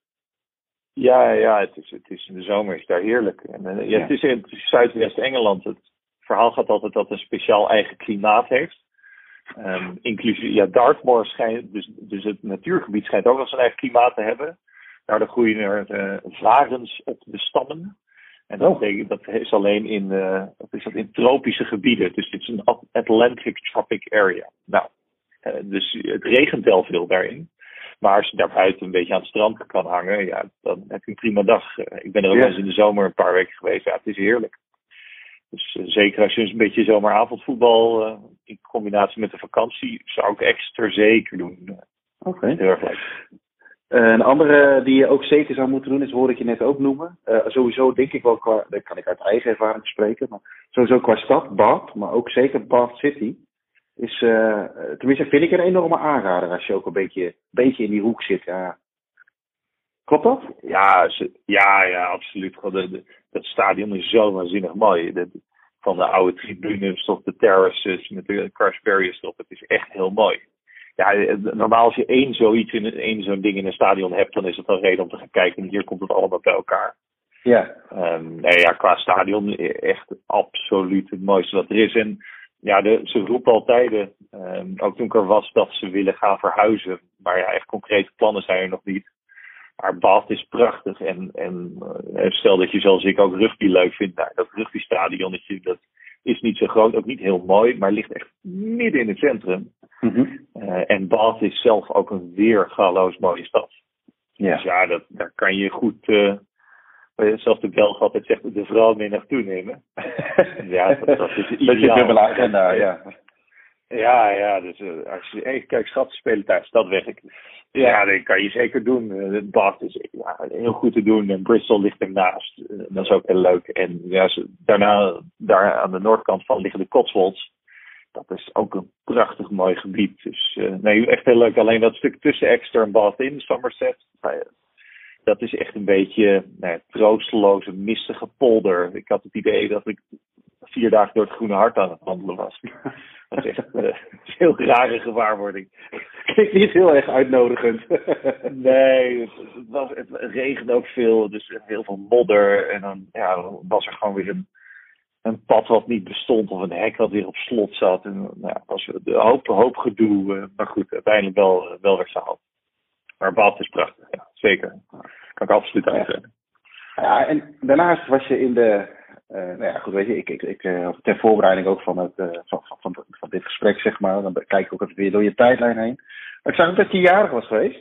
Ja, ja, het is, het is in de zomer is daar heerlijk. En, uh, ja, ja. Het is in Zuidwest-Engeland. Het verhaal gaat altijd dat het een speciaal eigen klimaat heeft. Um, inclusief, ja, Dartmoor schijnt, dus, dus het natuurgebied schijnt ook wel zijn eigen klimaat te hebben. Daar groeien er uh, varens op de stammen. En dat, betekent, dat is alleen in, uh, dat is dat in tropische gebieden. Dus dit is een Atlantic Tropic Area. Nou, uh, dus het regent wel veel daarin. Maar als je daar buiten een beetje aan het strand kan hangen, ja, dan heb je een prima dag. Uh, ik ben er ook wel ja. eens in de zomer een paar weken geweest. Ja, het is heerlijk. Dus uh, zeker als je eens een beetje zomeravondvoetbal uh, in combinatie met de vakantie, zou ik Exeter zeker doen. Uh, Oké. Okay. Heel erg leuk. Uh, een andere die je ook zeker zou moeten doen, is hoorde ik je net ook noemen. Uh, sowieso denk ik wel qua, dat kan ik uit eigen ervaring spreken, maar sowieso qua stad, Bath, maar ook zeker Bath City, is, uh, tenminste vind ik een enorme aanrader als je ook een beetje, beetje in die hoek zit. Ja. Klopt dat? Ja, ja, ja, absoluut. De, de, dat stadion is zo waanzinnig mooi. De, van de oude tribunes tot de terraces met de cars barriers erop. Het is echt heel mooi. Ja, normaal als je één zoiets in één zo'n ding in een stadion hebt, dan is het een reden om te gaan kijken. En hier komt het allemaal bij elkaar. Ja. Um, nee, ja, qua stadion echt absoluut het mooiste wat er is. En ja, de, ze roepen altijd, um, ook toen ik er was, dat ze willen gaan verhuizen. Maar ja, echt concrete plannen zijn er nog niet. Maar Bath is prachtig. En, en uh, stel dat je zoals ik ook rugby leuk vindt. Nou, dat rugbystadionnetje, dat is niet zo groot, ook niet heel mooi, maar ligt echt midden in het centrum. Mm-hmm. Uh, en Bath is zelf ook een weergaloos mooie stad. Ja. Dus ja, dat, daar kan je goed, uh, zelfs de Belg altijd zegt, de vrouw mee naartoe nemen. Ja, dat, dat is ideaal. Dat je dubbele agenda, ja. Ja, ja, dus uh, als je hey, kijk, schat, spelen thuis, dat weg ik. Ja, ja, dat kan je zeker doen. Uh, Bath is ja, heel goed te doen en Bristol ligt ernaast. Uh, dat is ook heel leuk. En ja, daarna, daar aan de noordkant van liggen de Cotswolds. Dat is ook een prachtig mooi gebied. Dus uh, nee, echt heel leuk. Alleen dat stuk tussen Exeter en Bath in, Somerset, uh, dat is echt een beetje nou, troosteloze, mistige polder. Ik had het idee dat ik vier dagen door het Groene Hart aan het wandelen was. Dat is echt uh, een heel rare gewaarwording. Klinkt niet heel erg uitnodigend. Nee, het, het, was, het regende ook veel. Dus heel veel modder. En dan ja, was er gewoon weer een, een pad wat niet bestond. Of een hek wat weer op slot zat. En nou, was een hoop, hoop gedoe. Uh, maar goed, uiteindelijk wel, uh, wel weer gehaald. Maar Bath is prachtig, ja, zeker. Kan ik absoluut uitleggen. Ja, en daarnaast was je in de... Uh, nou ja, goed, weet je, ik, ik, ik uh, ter voorbereiding ook van, het, uh, van, van, van, van dit gesprek, zeg maar, dan kijk ik ook even weer door je tijdlijn heen. Maar ik zag ook dat je jarig was geweest.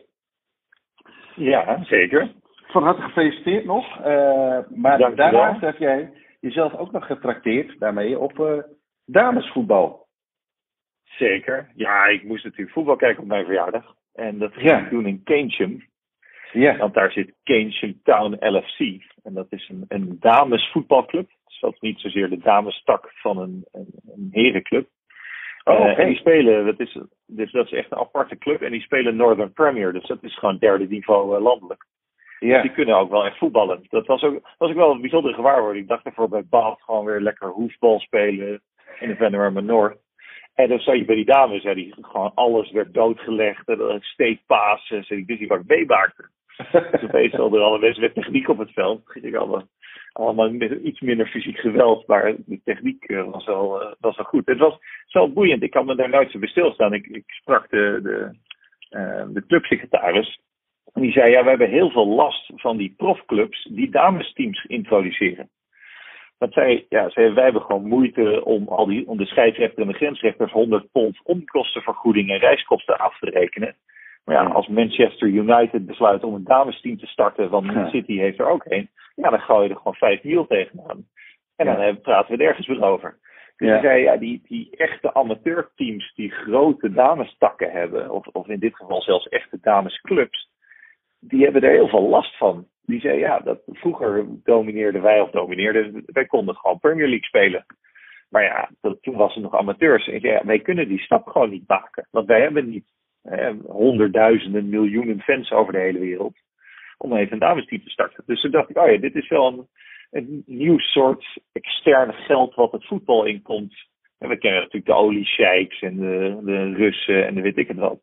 Ja, zeker. Van harte gefeliciteerd nog. Uh, maar Dank daarnaast heb jij jezelf ook nog getrakteerd daarmee op uh, damesvoetbal. Zeker. Ja, ik moest natuurlijk voetbal kijken op mijn verjaardag. En dat ging ja. ik doen in Keynsham. Ja. Want daar zit Keynsham Town L F C. En dat is een, een damesvoetbalclub. Dus dat is niet zozeer de damestak van een, een, een herenclub. Oh, okay. uh, en die spelen, dat is, dus dat is echt een aparte club. En die spelen Northern Premier. Dus dat is gewoon derde niveau uh, landelijk. Ja. Dus die kunnen ook wel echt voetballen. Dat was ook, was ook wel een bijzondere gewaarwording. Ik dacht ervoor bij Bath gewoon weer lekker hoefbal spelen. in de Venerama North. En dan zat je bij die dames, ja, die gewoon alles werd doodgelegd. En dan steekpasen. Dus ik wist niet waar ik meemaakte. Dus opeens hadden er alle mensen met techniek op het veld. Ging ik allemaal, allemaal met iets minder fysiek geweld. Maar de techniek uh, was, wel, uh, was wel goed. Het was zo boeiend. Ik kan me daar nooit zo bij stilstaan. Ik, ik sprak de, de, uh, de clubsecretaris. En die zei, ja, we hebben heel veel last van die profclubs die damesteams introduceren. Want zij, ja, zij, wij hebben gewoon moeite om, al die, om de scheidsrechter en de grensrechters honderd pond onkostenvergoeding en reiskosten af te rekenen. Maar ja, als Manchester United besluit om een damesteam te starten, want Man City heeft er ook een, ja, dan gooi je er gewoon vijf mil tegenaan. En dan ja. praten we er ergens weer over. Dus ja. zei, ja, die, die echte amateurteams die grote damestakken hebben, of, of in dit geval zelfs echte damesclubs, die hebben er heel veel last van. Die zei, ja, dat vroeger domineerden wij of domineerden, wij konden gewoon Premier League spelen. Maar ja, dat, toen was het nog amateurs. En ik zei, ja, wij kunnen die stap gewoon niet maken. Want wij hebben niet eh, honderdduizenden, miljoenen fans over de hele wereld om even een damesteam te starten. Dus toen dacht ik, oh ja, dit is wel een, een nieuw soort externe geld wat het voetbal inkomt. En we kennen natuurlijk de oliesheiks en de, de Russen en de weet ik het wat.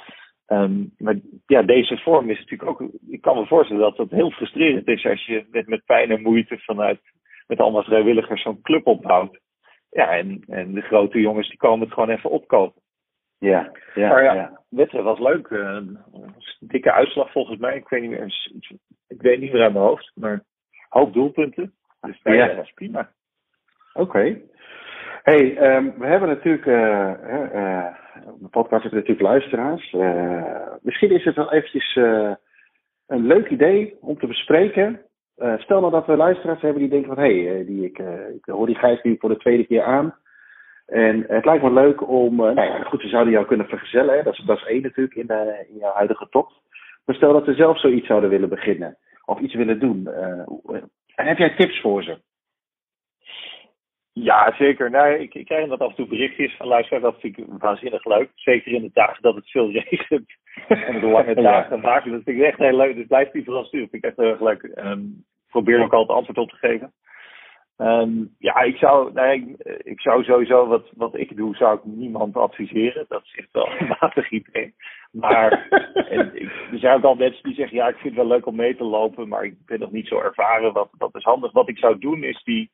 Um, maar ja, deze vorm is natuurlijk ook, ik kan me voorstellen dat dat heel frustrerend is als je met, met pijn en moeite vanuit, met allemaal vrijwilligers zo'n club opbouwt. Ja, en, en de grote jongens die komen het gewoon even opkopen. Ja, ja, maar ja, ja. wedstrijd was leuk. Uh, een dikke uitslag volgens mij. Ik weet niet meer, ik weet niet meer uit mijn hoofd, maar hoop doelpunten. Dus nee, ja, dat was prima. Oké. Okay. Hey, um, we hebben natuurlijk, uh, uh, de podcast heeft natuurlijk luisteraars. Uh, misschien is het wel eventjes uh, een leuk idee om te bespreken. Uh, stel nou dat we luisteraars hebben die denken van, hé, hey, die, ik, uh, ik hoor die Gijs nu voor de tweede keer aan. En het lijkt me leuk om, uh, nou ja, goed, we zouden jou kunnen vergezellen. Hè? Dat, is, dat is één natuurlijk in, uh, in jouw huidige tocht. Maar stel dat we zelf zoiets zouden willen beginnen. Of iets willen doen. Uh, heb jij tips voor ze? Ja, zeker. Nou, ik, ik krijg dat af en toe berichtjes van luisteraars. Dat vind ik waanzinnig leuk. Zeker in de dagen dat het veel regent. En de lange dagen ja. maken. Dat vind ik echt heel leuk. Dus blijf die vooral sturen. Dat vind ik echt heel erg leuk. En probeer ook altijd antwoord op te geven. Um, ja, ik zou, nee, ik, ik zou sowieso wat, wat ik doe, zou ik niemand adviseren. Dat zegt wel matig iedereen. Maar en, ik, er zijn ook al mensen die zeggen, ja, ik vind het wel leuk om mee te lopen, maar ik ben nog niet zo ervaren. Wat, wat is handig. Wat ik zou doen is die,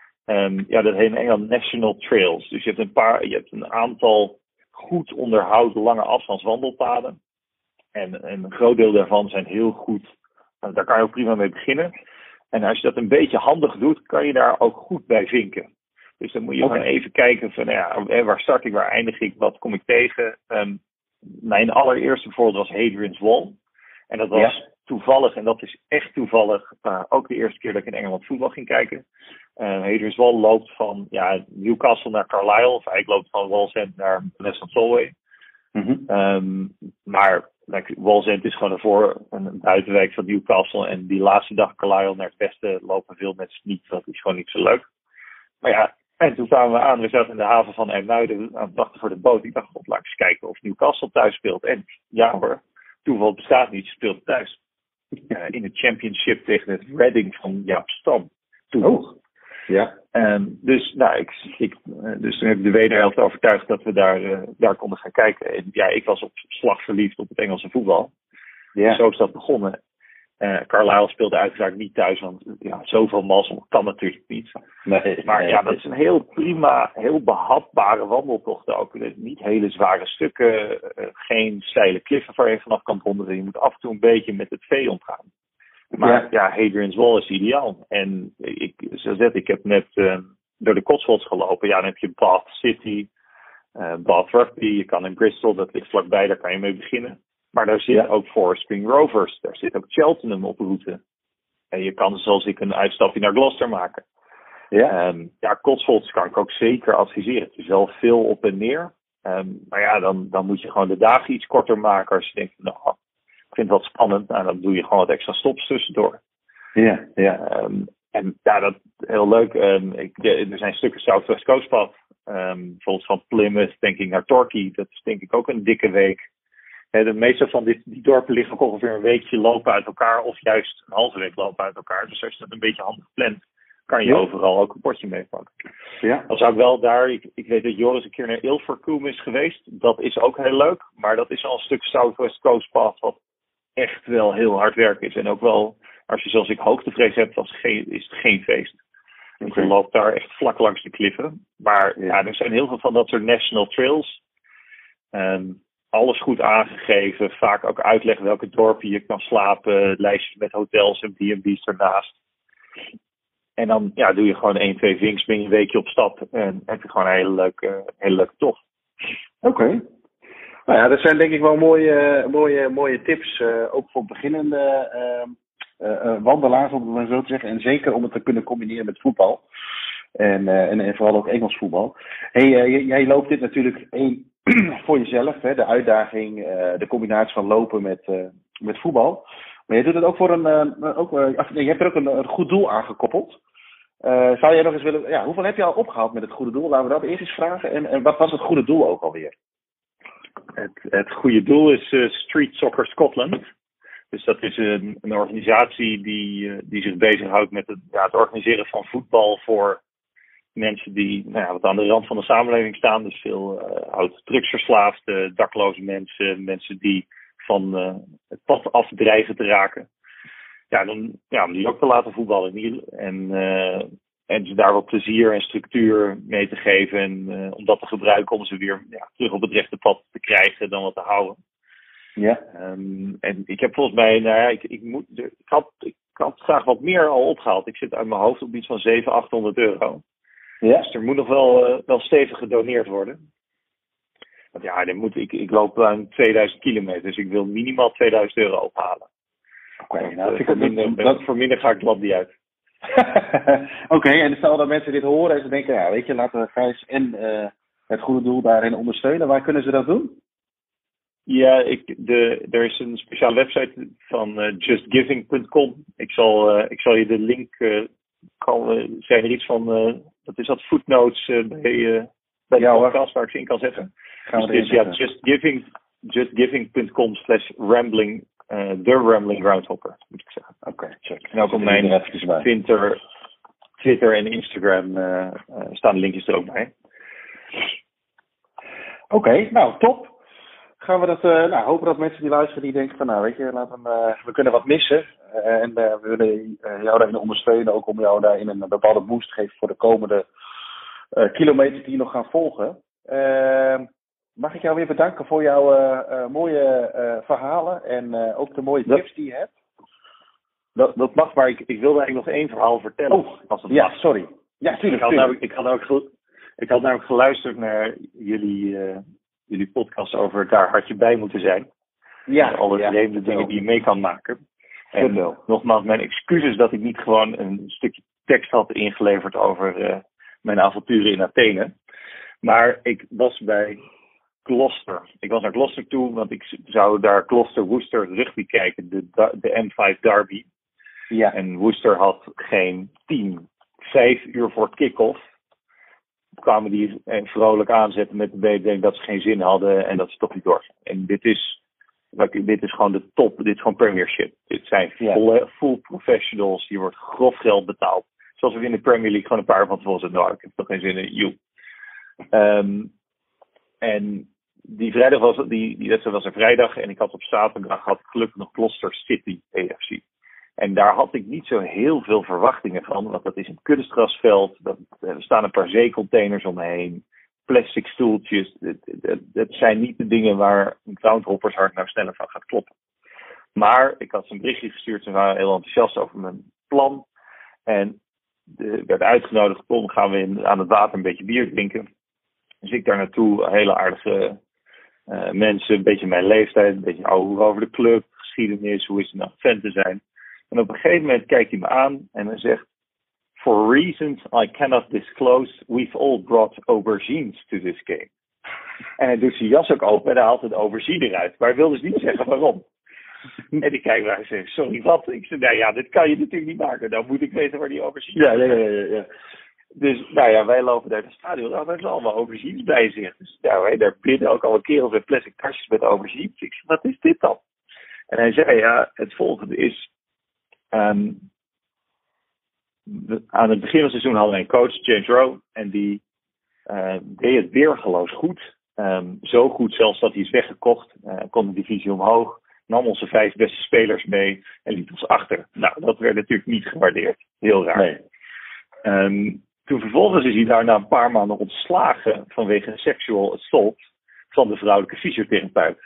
um, ja, dat heet in Engeland National Trails. Dus je hebt een paar, je hebt een aantal goed onderhouden lange afstandswandelpaden. En, en een groot deel daarvan zijn heel goed. Nou, daar kan je ook prima mee beginnen. En als je dat een beetje handig doet, kan je daar ook goed bij vinken. Dus dan moet je okay. gewoon even kijken van, ja, waar start ik, waar eindig ik, wat kom ik tegen. Um, mijn allereerste bijvoorbeeld was Hadrian's Wall. En dat was ja. toevallig, en dat is echt toevallig, uh, ook de eerste keer dat ik in Engeland voetbal ging kijken. Uh, Hadrian's Wall loopt van ja, Newcastle naar Carlisle, of eigenlijk loopt van Wallsend naar Western Solway. Mm-hmm. Um, maar like, Wallsend is gewoon ervoor een buitenwijk van Newcastle. En die laatste dag Carlisle naar het westen lopen veel mensen niet. Dat is gewoon niet zo leuk. Maar ja, en toen kwamen we aan. We zaten in de haven van IJmuiden aan het wachten voor de boot. Ik dacht, god, laat ik eens kijken of Newcastle thuis speelt. En ja hoor, toeval bestaat niet. Speelt thuis. Uh, in het championship tegen het Reading van Jaap Stam. Toen. Oh. Ja. Um, dus, nou, ik, ik, uh, dus toen heb ik de wederhelft overtuigd dat we daar, uh, daar konden gaan kijken. En ja, ik was op slag verliefd op het Engelse voetbal. Ja. Dus zo is dat begonnen. Uh, Carlisle speelde uiteraard niet thuis, want ja, zoveel mazzel kan natuurlijk niet. Nee, maar nee, ja, dat is een heel prima, heel behapbare wandeltocht ook. Niet hele zware stukken, uh, geen steile kliffen waar je vanaf kan donderen. Je moet af en toe een beetje met het vee omgaan. Maar ja, ja Hadrian's Wall is ideaal. En ik, zoals net, ik heb net uh, door de Cotswolds gelopen. Ja, dan heb je Bath City, uh, Bath Rugby. Je kan in Bristol, dat ligt vlakbij, daar kan je mee beginnen. Maar daar zit ja. ook Forest Spring Rovers. Daar zit ook Cheltenham op route. En je kan zoals ik een uitstapje naar Gloucester maken. Ja, um, ja Cotswolds kan ik ook zeker adviseren. Het is wel veel op en neer. Um, maar ja, dan, dan moet je gewoon de dagen iets korter maken. Als je denkt, nou, ik vind het wat spannend. Nou, dan doe je gewoon wat extra stops tussendoor. Ja, ja. Um, en ja, dat is heel leuk. Um, ik, er zijn stukken South West Coast pad. Um, bijvoorbeeld van Plymouth, denk ik, naar Torquay. Dat is denk ik ook een dikke week. He, de meeste van dit, die dorpen liggen ook ongeveer een weekje lopen uit elkaar. Of juist een halve week lopen uit elkaar. Dus als je dat een beetje handig plant, kan je Ja. overal ook een potje meepakken. Ja. Dan zou ik wel daar, ik, ik weet dat Joris een keer naar Ilfracombe is geweest. Dat is ook heel leuk, maar dat is al een stuk Southwest Coast Path wat echt wel heel hard werken is. En ook wel, als je zoals ik hoogtevrees hebt, dan is, geen, is het geen feest. Want Okay. je loopt daar echt vlak langs de kliffen. Maar Ja. ja, er zijn heel veel van dat soort national trails. Um, alles goed aangegeven. Vaak ook uitleggen welke dorpen je kan slapen. Lijstjes met hotels en B en B's ernaast. En dan ja, doe je gewoon één, twee vinks, ben je een weekje op stap. En heb je gewoon een hele leuke, hele leuke tocht. Oké. Okay. Nou ja, dat zijn denk ik wel mooie, mooie, mooie tips. Uh, ook voor beginnende uh, uh, uh, wandelaars, om het maar zo te zeggen. En zeker om het te kunnen combineren met voetbal. En, uh, en, en vooral ook Engels voetbal. Hey, uh, jij loopt dit natuurlijk één voor jezelf. Hè, de uitdaging, uh, de combinatie van lopen met, uh, met voetbal. Maar je doet het ook voor een. Uh, ook, uh, je hebt er ook een, een goed doel aangekoppeld. Uh, zou jij nog eens willen. Ja, hoeveel heb je al opgehaald met het goede doel? Laten we dat eerst eens vragen. En, en wat was het goede doel ook alweer? Het, het goede doel is uh, Street Soccer Scotland. Dus dat is een, een organisatie die, uh, die zich bezighoudt met het, ja, het organiseren van voetbal voor mensen die nou ja, wat aan de rand van de samenleving staan. Dus veel uh, oud-drugsverslaafden, dakloze mensen, mensen die van uh, het pad af dreigen te raken. Ja, dan, ja, om die ook te laten voetballen. En, uh, en ze daar wel plezier en structuur mee te geven. En uh, om dat te gebruiken om ze weer ja, terug op het rechte pad te krijgen dan wat te houden. Ja. Um, en ik heb volgens mij, nou ja, ik, ik, moet, ik, had, ik had graag wat meer al opgehaald. Ik zit uit mijn hoofd op iets van zevenhonderd, achthonderd euro. Ja. Dus er moet nog wel, uh, wel stevig gedoneerd worden. Want ja, dan moet, ik, ik loop aan tweeduizend kilometer, dus ik wil minimaal tweeduizend euro ophalen. Oké, okay, nou, uh, voor, minder, dat... voor minder ga ik het land niet uit. Oké, okay, en stel dat mensen dit horen en ze denken, ja, weet je, laten we Gijs en uh, het goede doel daarin ondersteunen. Waar kunnen ze dat doen? Ja, ik, de, er is een speciale website van uh, just giving punt com. Ik zal, uh, ik zal je de link, uh, kan, uh, zijn er iets van, uh, wat is dat, footnotes uh, bij, uh, bij de ja, podcast waar ik ze in kan zetten. Gaan dus we dus, ja, justgiving, justgiving punt com slash rambling, uh, the rambling groundhopper, moet ik zeggen. Oké, okay, check. En ook op mijn Twitter, Twitter en Instagram uh, uh, staan de linkjes er ook bij. Oké, okay, nou top. Gaan we dat, uh, nou, hopen dat mensen die luisteren die denken van, nou weet je, laten we, uh, we kunnen wat missen. Uh, en uh, we willen uh, jou daarin ondersteunen, ook om jou daarin een bepaalde boost te geven voor de komende uh, kilometers die je nog gaan volgen. Uh, mag ik jou weer bedanken voor jouw uh, uh, mooie uh, verhalen en uh, ook de mooie tips dat, die je hebt. Dat, dat mag, maar ik, ik wilde eigenlijk nog één verhaal vertellen. Oh, als het ja, mag. Sorry. Ja, tuurlijk. Ik had, tuurlijk. namelijk, ik, had ook, ik had namelijk geluisterd naar jullie... Uh, jullie podcast over daar had je bij moeten zijn. Ja. En alle ja, vreemde dingen wel. die je mee kan maken. En wel. nogmaals, mijn excuses dat ik niet gewoon een stukje tekst had ingeleverd over uh, mijn avonturen in Athene. Maar ik was bij Gloucester. Ik was naar Gloucester toe, want ik zou daar Gloucester Worcester rugby kijken. De, de M vijf derby. Ja. En Worcester had geen team. Vijf uur voor kick-off kwamen die vrolijk aanzetten met de mededeling dat ze geen zin hadden en dat ze toch niet doorgaan. En dit is, dit is gewoon de top, dit is gewoon premiership. Dit zijn full, ja. full professionals, hier wordt grof geld betaald. Zoals we in de Premier League gewoon een paar van tevoren zetten, nou ik heb toch geen zin in, joe. Um, en die vrijdag was, die, die wedstrijd was een vrijdag en ik had op zaterdag had ik gelukkig nog Gloucester City E F C. En daar had ik niet zo heel veel verwachtingen van, want dat is een kunstgrasveld, dat, er staan een paar zeecontainers omheen, plastic stoeltjes. Dat zijn niet de dingen waar een groundhoppers hart nou sneller van gaat kloppen. Maar ik had ze een berichtje gestuurd, ze waren heel enthousiast over mijn plan. En ik werd uitgenodigd, kom, gaan we in, aan het water een beetje bier drinken. Dus ik daar naartoe, hele aardige uh, mensen, een beetje mijn leeftijd, een beetje ouwe over de club, geschiedenis, hoe is het nou fan te zijn. En op een gegeven moment kijkt hij me aan en hij zegt, for reasons I cannot disclose, we've all brought aubergines to this game. En hij doet zijn jas ook open en hij haalt een aubergine eruit. Maar hij wil dus niet zeggen waarom. En ik kijk naar en zeg, sorry wat? Ik zeg, nou ja, dit kan je natuurlijk niet maken. Nou moet ik weten waar die aubergine ja, ja, ja, ja, ja. Dus nou ja, wij lopen daar in het stadion. Nou, daar zijn allemaal aubergines bij zich. Dus nou, wij daar binnen ook al een kerels met plastic tasjes met aubergines. Ik zeg, wat is dit dan? En hij zei, ja, het volgende is... Um, de, aan het begin van het seizoen hadden we een coach, James Rowe, en die uh, deed het weergeloos goed. Um, zo goed zelfs dat hij is weggekocht, uh, kon de divisie omhoog, nam onze vijf beste spelers mee en liet ons achter. Nou, dat werd natuurlijk niet gewaardeerd. Heel raar. Nee. Um, toen vervolgens is hij daar na een paar maanden ontslagen vanwege sexual assault van de vrouwelijke fysiotherapeut.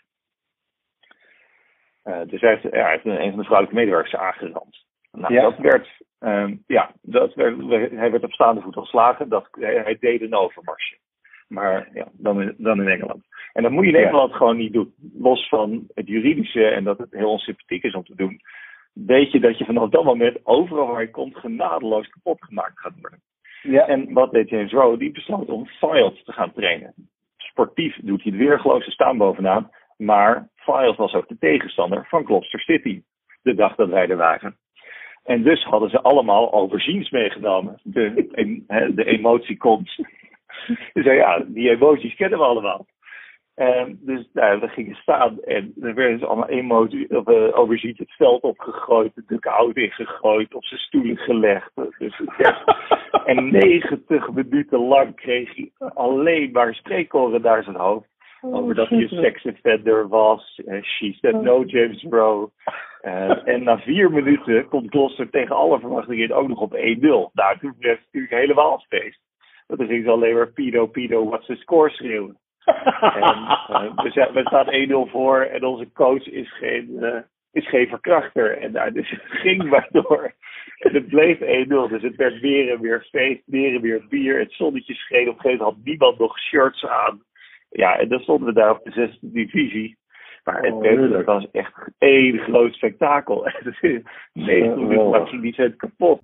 Uh, dus hij heeft, ja, hij heeft een, een van de vrouwelijke medewerkers aangerand. Nou, ja. dat werd, um, ja, dat werd, hij werd op staande voet ontslagen. Dat, hij, hij deed een overmarsje. Maar ja, dan in, dan in Engeland. En dat moet je in Engeland ja. gewoon niet doen. Los van het juridische en dat het heel onsympathiek is om te doen. Weet je dat je vanaf dat moment overal waar je komt genadeloos kapot gemaakt gaat worden. Ja. En wat deed James Rowe? Die besloot om Files te gaan trainen. Sportief doet hij het weergeloos, ze staan bovenaan. Maar Files was ook de tegenstander van Gloucester City. De dag dat wij er waren. En dus hadden ze allemaal aubergines meegenomen. De, de emotie komt. Dus ja, die emoties kennen we allemaal. En dus nou, we gingen staan en er werden dus allemaal emoties, of, uh, aubergines het veld opgegooid, de koud ingegooid, op zijn stoelen gelegd. Dus, ja. En negentig minuten lang kreeg hij alleen maar spreekkoren naar zijn hoofd. Over dat hij een seksoffender was. Uh, she said no, James Rowe. Uh, en na vier minuten komt Gloucester tegen alle verwachtingen ook nog op één nul. Nou, toen werd het natuurlijk helemaal feest. Want dan ging ze alleen maar Pido, Pido, what's the score schreeuwen. En, uh, we, zijn, we staan één nul voor en onze coach is geen, uh, is geen verkrachter. En nou, dus het ging maar door. En het bleef één nul. Dus het werd weer en weer feest, weer en weer bier. Het zonnetje scheen. Op een gegeven moment had niemand nog shirts aan. Ja, en dan stonden we daar op de zesde divisie. Maar het, oh, het was echt één groot spektakel. negentig minuten lang ging die zet kapot.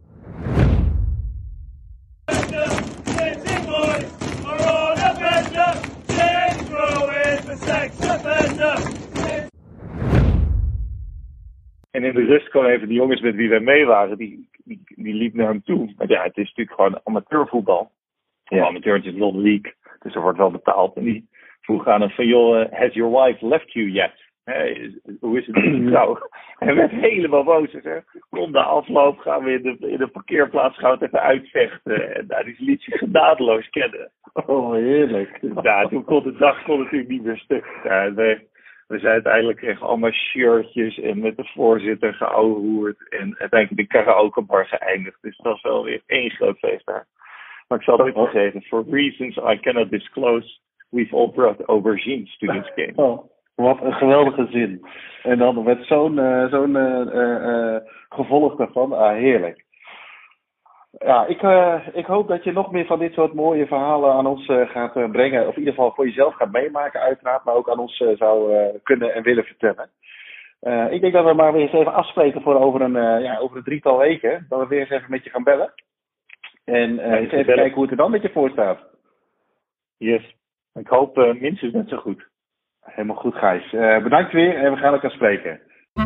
En in de rust kwamen even de jongens met wie wij mee waren, die, die, die liep naar hem toe. Maar ja, het is natuurlijk gewoon amateurvoetbal. Ja, amateur is non league, dus er wordt wel betaald. En die vroeg aan hem van, joh, has your wife left you yet? Hey, hoe is het met je vrouw? Hij werd helemaal boos. Hè? Kom de afloop, gaan we in de, in de parkeerplaats gaan we het even uitvechten. En nou, die liet zich genadeloos kennen. Oh, heerlijk. Ja, toen kon de dag kon natuurlijk niet meer stuk. Ja, we, we zijn uiteindelijk echt allemaal shirtjes en met de voorzitter geouwehoerd. En uiteindelijk de karaokebar geëindigd. Dus dat was wel weer één groot feest daar. Maar ik zal het nooit vergeten. For reasons I cannot disclose, we've all brought aubergines to this game. Oh. Wat een geweldige zin. En dan met zo'n, uh, zo'n uh, uh, gevolg daarvan. Ah, heerlijk. Ja, ik, uh, ik hoop dat je nog meer van dit soort mooie verhalen aan ons uh, gaat uh, brengen. Of in ieder geval voor jezelf gaat meemaken uiteraard. Maar ook aan ons uh, zou uh, kunnen en willen vertellen. Uh, ik denk dat we maar weer eens even afspreken voor over een, uh, ja, over een drietal weken. Dat we weer eens even met je gaan bellen. En uh, eens even bellen. Kijken hoe het er dan met je voor staat. Yes. Ik hoop uh, minstens net zo goed. Helemaal goed, Gijs. Uh, bedankt weer en we gaan elkaar spreken.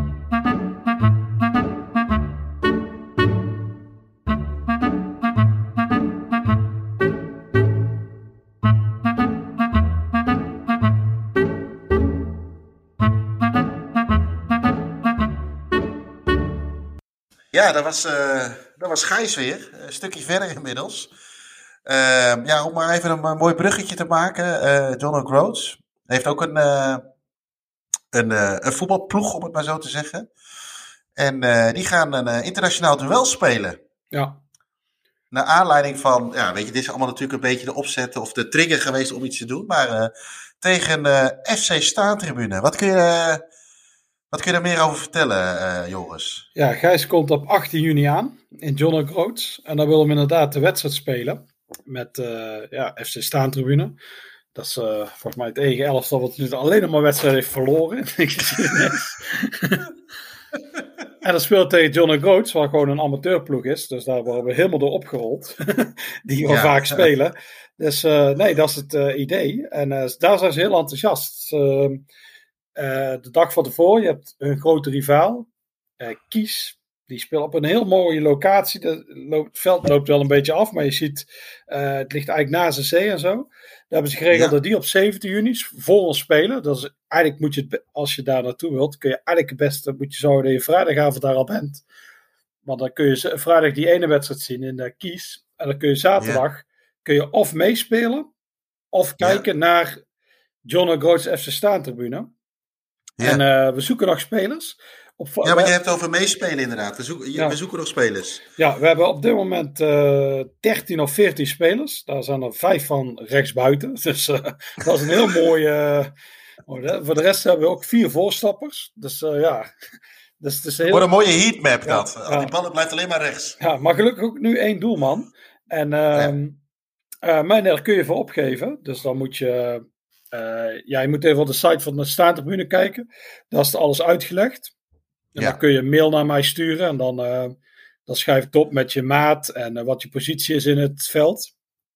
Ja, dat was, uh, dat was Gijs weer. Een stukje verder inmiddels. Uh, ja, om maar even een, een mooi bruggetje te maken. Uh, John O'Groats heeft ook een, uh, een, uh, een voetbalploeg, om het maar zo te zeggen. En uh, die gaan een uh, internationaal duel spelen. Ja. Naar aanleiding van, ja, weet je, dit is allemaal natuurlijk een beetje de opzet of de trigger geweest om iets te doen. Maar uh, tegen uh, F C Staantribune. Wat kun je, uh, wat kun je daar meer over vertellen, uh, Joris? Ja, Gijs komt op achttien juni aan in John O'Groats. En dan wil hem inderdaad de wedstrijd spelen met uh, ja, F C Staantribune. Dat is uh, volgens mij het enige elftal wat nu alleen nog maar wedstrijd heeft verloren. En dat speelt tegen John O'Groats, waar gewoon een amateurploeg is. Dus daar worden we helemaal door opgerold. Die gewoon ja. vaak spelen. Dus uh, nee, dat is het uh, idee. En uh, daar zijn ze heel enthousiast. Uh, uh, de dag van tevoren, je hebt een grote rivaal. Uh, Kies. Die speelt op een heel mooie locatie. Het veld loopt wel een beetje af, maar je ziet, uh, het ligt eigenlijk naast de zee en zo. Daar hebben ze geregeld ja. dat die op zeventien juni voor ons spelen. Dat is, eigenlijk moet je, als je daar naartoe wilt, kun je eigenlijk het beste, moet je zorgen dat je vrijdagavond daar al bent. Want dan kun je vrijdag die ene wedstrijd zien in de Kies. En dan kun je zaterdag ja. kun je of meespelen of kijken ja. naar John O'Groats F C Staantribune. Ja. En uh, we zoeken nog spelers. Op, ja, maar je hebt het over meespelen inderdaad. We zoeken, ja. we zoeken nog spelers. Ja, we hebben op dit moment uh, dertien of veertien spelers. Daar zijn er vijf van rechtsbuiten. Dus uh, dat is een heel mooi... Uh, voor de rest hebben we ook vier voorstappers. Dus uh, ja... Dus het is heel... Wat een mooie heatmap ja, dat. Ja. Die bal blijft alleen maar rechts. Ja, maar gelukkig ook nu één doelman. En uh, ja. uh, mijn daar kun je voor opgeven. Dus dan moet je... Uh, ja, je moet even op de site van de Staantribune kijken. Daar is alles uitgelegd. En ja. dan kun je een mail naar mij sturen. En dan, uh, dan schrijf ik het op met je maat. En uh, wat je positie is in het veld.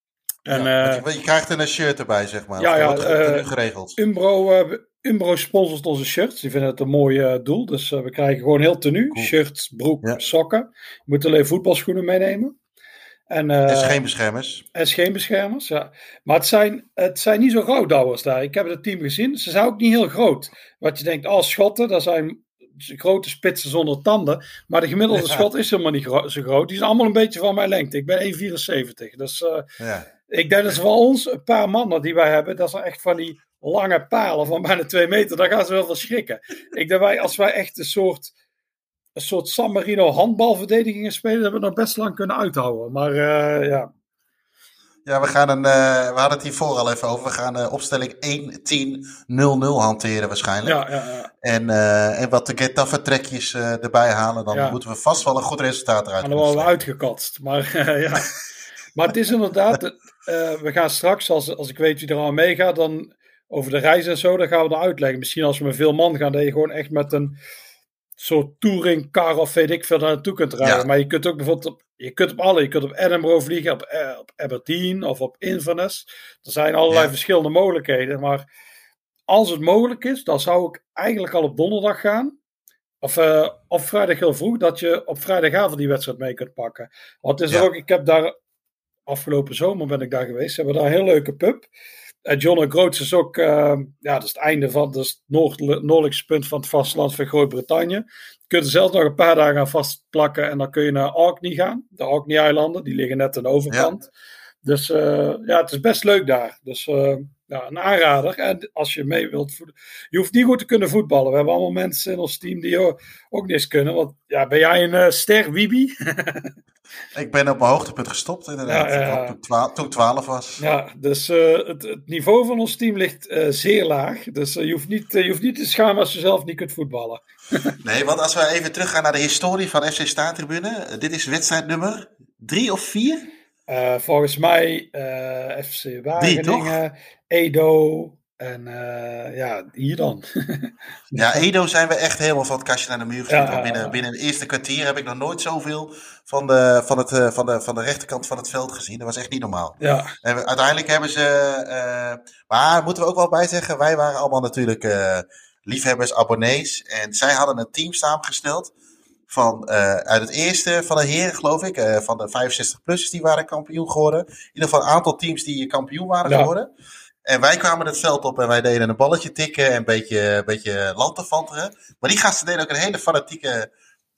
En, ja, uh, je, je krijgt er een shirt erbij, zeg maar. Ja, ja, wordt uh, geregeld. Umbro, uh, Umbro sponsort onze shirts. Die vinden het een mooi uh, doel. Dus uh, we krijgen gewoon heel tenue. Cool. Shirts, broek, ja. sokken. Je moet alleen voetbalschoenen meenemen. En, uh, en scheenbeschermers. En scheenbeschermers, ja. Maar het zijn, het zijn niet zo rouwdouwers daar. Ik heb het team gezien. Ze zijn ook niet heel groot. Wat je denkt, als Schotten, dat zijn grote spitsen zonder tanden. Maar de gemiddelde ja. Schot is helemaal niet gro- zo groot. Die zijn allemaal een beetje van mijn lengte. Ik ben één komma vierenzeventig. Dus uh, ja. ik denk dat ze van ons, een paar mannen die wij hebben, dat zijn echt van die lange palen van bijna twee meter. Daar gaan ze wel van schrikken. Ik denk, wij, als wij echt een soort... een soort San Marino handbalverdedigingen spelen, dat we nog best lang kunnen uithouden. Maar uh, ja. Ja, we gaan een, uh, we hadden het hiervoor al even over. We gaan uh, opstelling één tien nul nul hanteren waarschijnlijk. Ja, ja, ja. En, uh, en wat de Getafe trekjes uh, erbij halen, dan ja. moeten we vast wel een goed resultaat eruit. En dan worden we uitgekotst. Maar uh, ja. Maar het is inderdaad, uh, we gaan straks, als, als ik weet wie er al meegaat, dan over de reis en zo, dan gaan we dat uitleggen. Misschien als we met veel man gaan, dat je gewoon echt met een soort touringcar of weet ik veel daar naartoe kunt rijden. Ja. Maar je kunt ook bijvoorbeeld op, je kunt op alle, je kunt op Edinburgh vliegen, op, eh, op Aberdeen of op Inverness. Er zijn allerlei ja. verschillende mogelijkheden. Maar als het mogelijk is, dan zou ik eigenlijk al op donderdag gaan. Of, uh, of vrijdag heel vroeg, dat je op vrijdagavond die wedstrijd mee kunt pakken. Want het is ja. er ook, ik heb daar afgelopen zomer ben ik daar geweest. Ze hebben daar een heel leuke pub. En John O'Groats is ook, uh, ja, dat is het einde van, dat is het noord, noordelijkste punt van het vasteland van Groot-Brittannië. Je kunt er zelfs nog een paar dagen aan vastplakken en dan kun je naar Orkney gaan. De Orkney-eilanden, die liggen net aan de overkant. Ja. Dus uh, ja, het is best leuk daar. Dus uh, ja, een aanrader. En als je mee wilt voetballen. Je hoeft niet goed te kunnen voetballen. We hebben allemaal mensen in ons team die ook, ook niks kunnen. Want ja, ben jij een uh, ster, Wiebe? Ik ben op mijn hoogtepunt gestopt, inderdaad. Ja, ja. Toen, twa- toen ik twaalf was. Ja, dus uh, het, het niveau van ons team ligt uh, zeer laag. Dus uh, je, hoeft niet, uh, je hoeft niet te schamen als je zelf niet kunt voetballen. Nee, want als we even teruggaan naar de historie van F C Staantribune. Uh, dit is wedstrijdnummer drie of vier? Uh, volgens mij uh, F C Wageningen, Edo en uh, ja, hier dan. Ja, Edo zijn we echt helemaal van het kastje naar de muur gezien. Ja, binnen, binnen het eerste kwartier heb ik nog nooit zoveel van de, van, het, uh, van, de, van de rechterkant van het veld gezien. Dat was echt niet normaal. Ja. En we, uiteindelijk hebben ze... Uh, maar moeten we ook wel bij zeggen, wij waren allemaal natuurlijk uh, liefhebbers, abonnees. En zij hadden een team samengesteld van uh, uit het eerste van de heren, geloof ik. Uh, van de vijfenzestig-plussers die waren kampioen geworden. In ieder geval een aantal teams die kampioen waren ja. geworden. En wij kwamen het veld op en wij deden een balletje tikken en een beetje, een beetje landtefanteren. Maar die gasten deden ook een hele fanatieke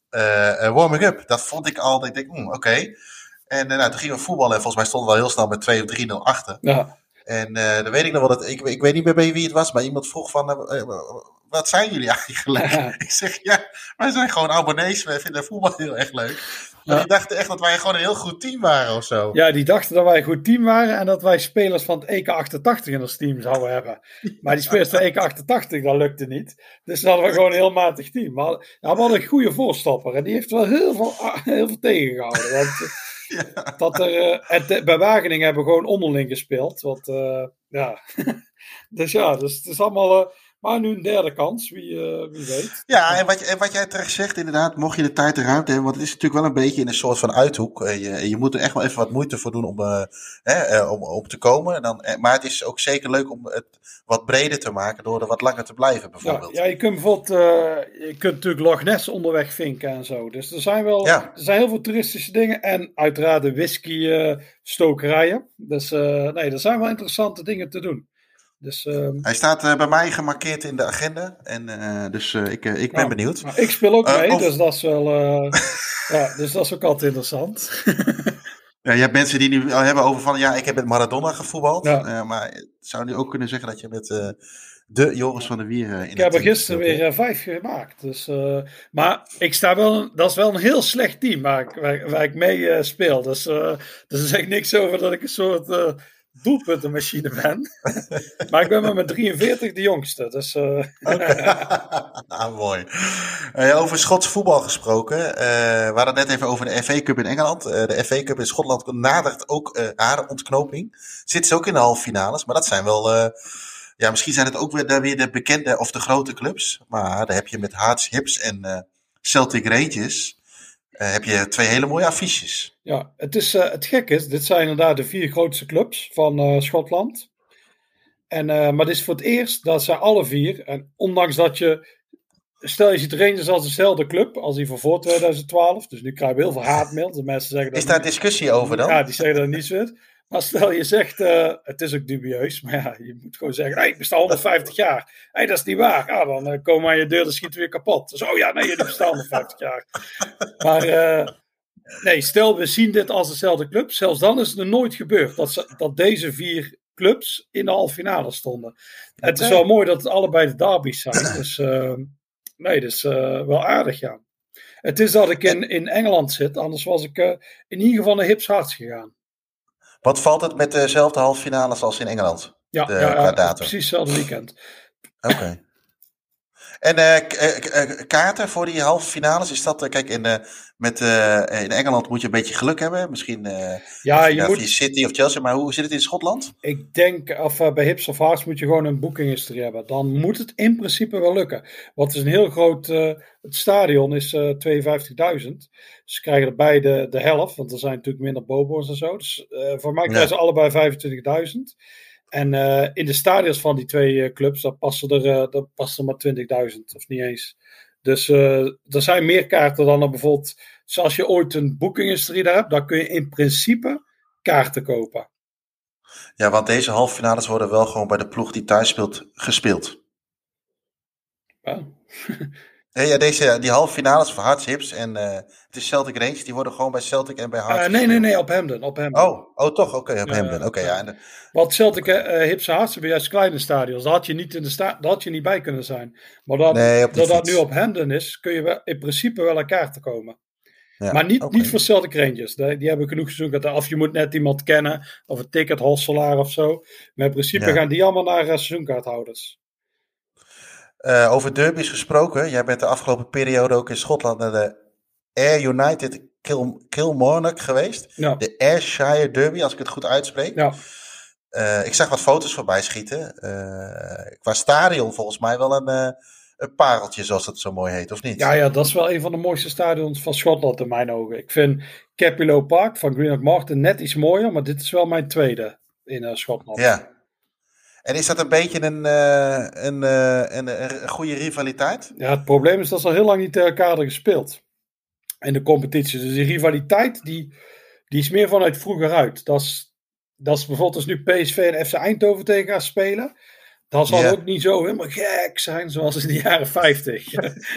uh, warming-up. Dat vond ik al, ik denk, hmm, oké. Okay. En uh, nou, toen gingen we voetballen en volgens mij stonden we al heel snel met twee of drie nul achter. Ja. En uh, dan weet ik nog wel, dat, ik, ik weet niet meer bij wie het was, maar iemand vroeg van, uh, wat zijn jullie eigenlijk? Ja. Ik zeg, ja, wij zijn gewoon abonnees, wij vinden voetbal heel erg leuk. Maar ja. die dachten echt dat wij gewoon een heel goed team waren of zo. Ja, die dachten dat wij een goed team waren en dat wij spelers van het E K achtentachtig in ons team zouden hebben. Maar die spelers van E K achtentachtig, dat lukte niet. Dus dan hadden we gewoon een heel matig team. Maar ja, we hadden een goede voorstapper en die heeft wel heel veel, heel veel tegengehouden. Want ja. dat er, uh, bij Wageningen hebben we gewoon onderling gespeeld. Want uh, ja, dus ja, dus het is allemaal... Uh, Maar nu een derde kans, wie, uh, wie weet. Ja, en wat, en wat jij terecht zegt, inderdaad, mocht je de tijd en ruimte hebben, want het is natuurlijk wel een beetje in een soort van uithoek. En je, en je moet er echt wel even wat moeite voor doen om, uh, hè, uh, om, om te komen. En dan, maar het is ook zeker leuk om het wat breder te maken door er wat langer te blijven, bijvoorbeeld. Ja, ja je kunt bijvoorbeeld, uh, je kunt natuurlijk Loch Ness onderweg vinken en zo. Dus er zijn wel, ja. er zijn heel veel toeristische dingen en uiteraard de whisky uh, stokerijen. Dus uh, nee, er zijn wel interessante dingen te doen. Dus, um... Hij staat uh, bij mij gemarkeerd in de agenda. En, uh, dus uh, ik, uh, ik ben nou, benieuwd. Nou, ik speel ook mee, uh, over... dus, dat is wel, uh, ja, dus dat is ook altijd interessant. Ja, je hebt mensen die nu al hebben over van... Ja, ik heb met Maradona gevoetbald. Ja. Uh, maar zou nu ook kunnen zeggen dat je met... Uh, De Joris van der Wier uh, in Ik heb er gisteren weer uh, vijf gemaakt. Dus, uh, maar ik sta wel, dat is wel een heel slecht team waar ik, waar, waar ik mee uh, speel. Dus, uh, dus er zegt niks over dat ik een soort uh, doelpuntenmachine ben. Maar ik ben met mijn drieënveertig de jongste. Dus, uh... okay. ah, mooi. Uh, over Schots voetbal gesproken. Uh, we hadden het net even over de F A Cup in Engeland. Uh, de F A Cup in Schotland nadert ook uh, haar ontknoping. Zit ze ook in de halve finales. Maar dat zijn wel... Uh, Ja, misschien zijn het ook weer, weer de bekende of de grote clubs. Maar daar heb je met Hearts, Hibs en uh, Celtic Rangers... Uh, heb je twee hele mooie affiches. Ja, het, is, uh, het gek is, dit zijn inderdaad de vier grootste clubs van uh, Schotland. En, uh, maar dit is voor het eerst dat ze alle vier... En ondanks dat je... Stel je ziet Rangers als dezelfde club als die van voor twintig twaalf. Dus nu krijgen we heel veel haatmail. De mensen zeggen dat is daar niet, discussie over dan? Ja, die zeggen dat niet zo. Maar stel je zegt, uh, het is ook dubieus, maar ja, je moet gewoon zeggen, hey, ik besta honderdvijftig jaar. Hey, dat is niet waar. Ah, dan uh, komen aan je deur, dan schieten we weer kapot. Dus, oh ja, nee, jullie bestaan honderdvijftig jaar. Maar uh, nee, stel we zien dit als dezelfde club. Zelfs dan is het er nooit gebeurd dat, ze, dat deze vier clubs in de halve finale stonden. Okay. Het is wel mooi dat het allebei de derbies zijn. Dus uh, nee, dat is uh, wel aardig, ja. Het is dat ik in, in Engeland zit, anders was ik uh, in ieder geval naar Hibs Hearts gegaan. Wat valt het met dezelfde halve finales als in Engeland? Ja, de, ja, ja precies hetzelfde weekend. Oké. Okay. En uh, k- k- kaarten voor die halve finales, is dat... Uh, kijk, in, uh, met, uh, in Engeland moet je een beetje geluk hebben. Misschien uh, ja, je uh, moet... via City of Chelsea, maar hoe zit het in Schotland? Ik denk, of uh, bij Hibs of Hearts moet je gewoon een boekinghistorie hebben. Dan moet het in principe wel lukken. Want het is een heel groot... Uh, het stadion is uh, tweeënvijftigduizend. Dus ze krijgen erbij de, de helft, want er zijn natuurlijk minder bobo's en zo. Dus uh, voor mij krijgen ja. ze allebei vijfentwintigduizend. En uh, in de stadions van die twee uh, clubs, daar passen er, uh, daar passen er maar twintigduizend, of niet eens. Dus uh, er zijn meer kaarten dan er bijvoorbeeld... Zoals je ooit een boekinghistorie daar hebt, dan kun je in principe kaarten kopen. Ja, want deze halve finales worden wel gewoon bij de ploeg die thuis speelt, gespeeld. Ja. Nee, ja, deze, die halve finales voor Hearts, Hibs en uh, het is Celtic Rangers, die worden gewoon bij Celtic en bij Hearts. Uh, nee, nee, nee, op Hampden. Op Hampden. Oh, oh, toch? Oké, okay, op uh, Hampden. Oké, okay, uh, ja. En, Want Celtic, uh, Hibs en Hearts hebben juist kleine stadions. Daar had je niet in de sta- daar had je niet bij kunnen zijn. Maar dat, nee, dat, dat nu op Hampden is, kun je wel, in principe wel aan kaarten komen. Ja, maar niet, okay. niet voor Celtic Rangers. Die, die hebben genoeg seizoen. Of je moet net iemand kennen, of een tickethosselaar of zo. Maar in principe ja. gaan die allemaal naar uh, seizoenkaarthouders. Uh, over derbies gesproken. Jij bent de afgelopen periode ook in Schotland naar de Ayr United Kil- Kilmarnock geweest. Ja. De Ayrshire Derby, als ik het goed uitspreek. Ja. Uh, ik zag wat foto's voorbij schieten. Uh, qua stadion volgens mij wel een, uh, een pareltje, zoals dat zo mooi heet, of niet? Ja, ja, dat is wel een van de mooiste stadions van Schotland in mijn ogen. Ik vind Capello Park van Greenock Morton net iets mooier, maar dit is wel mijn tweede in uh, Schotland. Ja. En is dat een beetje een, uh, een, uh, een, een goede rivaliteit? Ja, het probleem is dat ze al heel lang niet tegen elkaar hadden gespeeld. In de competitie. Dus die rivaliteit, die, die is meer vanuit vroeger uit. Dat is, dat is bijvoorbeeld als nu P S V en F C Eindhoven tegen gaan spelen. Dat zal yeah. ook niet zo helemaal gek zijn zoals in de jaren vijftig.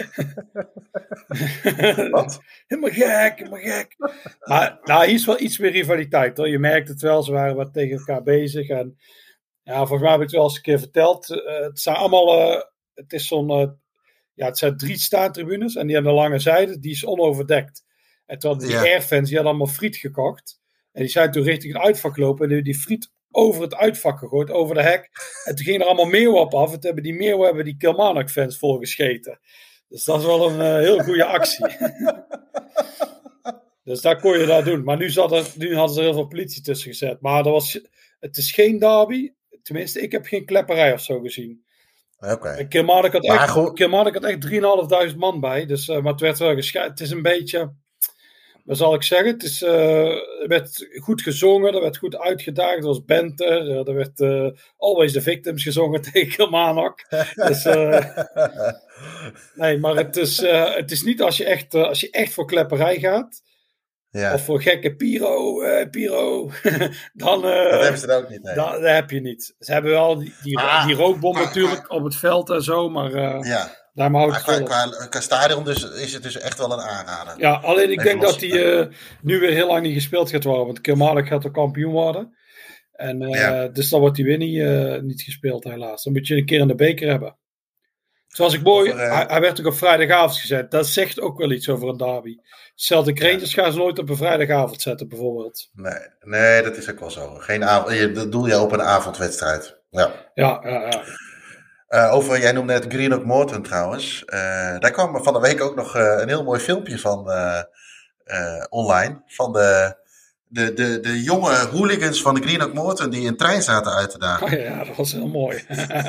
Wat? Helemaal gek, helemaal gek. Maar nou, hier is wel iets meer rivaliteit. Hoor. Je merkt het wel, ze waren wat tegen elkaar bezig. En ja, volgens mij heb ik het wel eens een keer verteld. Uh, het zijn allemaal, uh, het is zo'n, uh, ja, het zijn drie staantribunes en die hebben een lange zijde, die is onoverdekt. En toen hadden die yeah. Airfans, die hadden allemaal friet gekocht. En die zijn toen richting het uitvak gelopen en die, die friet over het uitvak gegooid, over de hek. En toen gingen er allemaal meeuwen op af. En toen hebben die meeuwen hebben die Kilmarnock fans volgescheten. Dus dat is wel een uh, heel goede actie. Dus daar kon je dat doen. Maar nu, zat er, nu hadden ze er heel veel politie tussen gezet. Maar dat was, het is geen derby. Tenminste, ik heb geen klepperij of zo gezien. Oké. Okay. Kilmarnock had echt, Kilmarnock had echt drieduizend vijfhonderd man bij. Dus, uh, maar het werd wel gescheiden. Het is een beetje... Wat zal ik zeggen? Het is, uh, er werd goed gezongen, er werd goed uitgedaagd. Er was Benter, er werd uh, Always the Victims gezongen tegen Kilmarnock. Dus, uh, nee, maar het is, uh, het is niet als je echt, uh, als je echt voor klepperij gaat. Ja. Of voor gekke Piro, uh, Piro. dan, uh, dat hebben ze er ook niet. Nee. Dat, dat heb je niet. Ze hebben wel die, die, ah, die rookbom ah, natuurlijk ah, op het veld en zo, maar uh, ja. daar houdt het qua, qua, qua stadion dus is het dus echt wel een aanrader. Ja, alleen ik Even denk los, dat die uh, nu weer heel lang niet gespeeld gaat worden, want Kilmarnock gaat er kampioen worden. En uh, ja. Dus dan wordt die weer niet, uh, niet gespeeld helaas. Dan moet je een keer in de beker hebben. Zoals ik mooi, over, uh, hij, hij werd ook op vrijdagavond gezet. Dat zegt ook wel iets over een derby. Celtic Rangers ja. gaan ze nooit op een vrijdagavond zetten bijvoorbeeld. Nee, nee dat is ook wel zo. Geen avond, dat doe je op een avondwedstrijd. Ja, ja, ja. ja. Uh, over, jij noemde net Greenock Morton trouwens. Uh, daar kwam van de week ook nog uh, een heel mooi filmpje van uh, uh, online. Van de, de, de, de jonge hooligans van de Greenock Morton die een trein zaten uit te dagen. Oh ja, dat was heel mooi.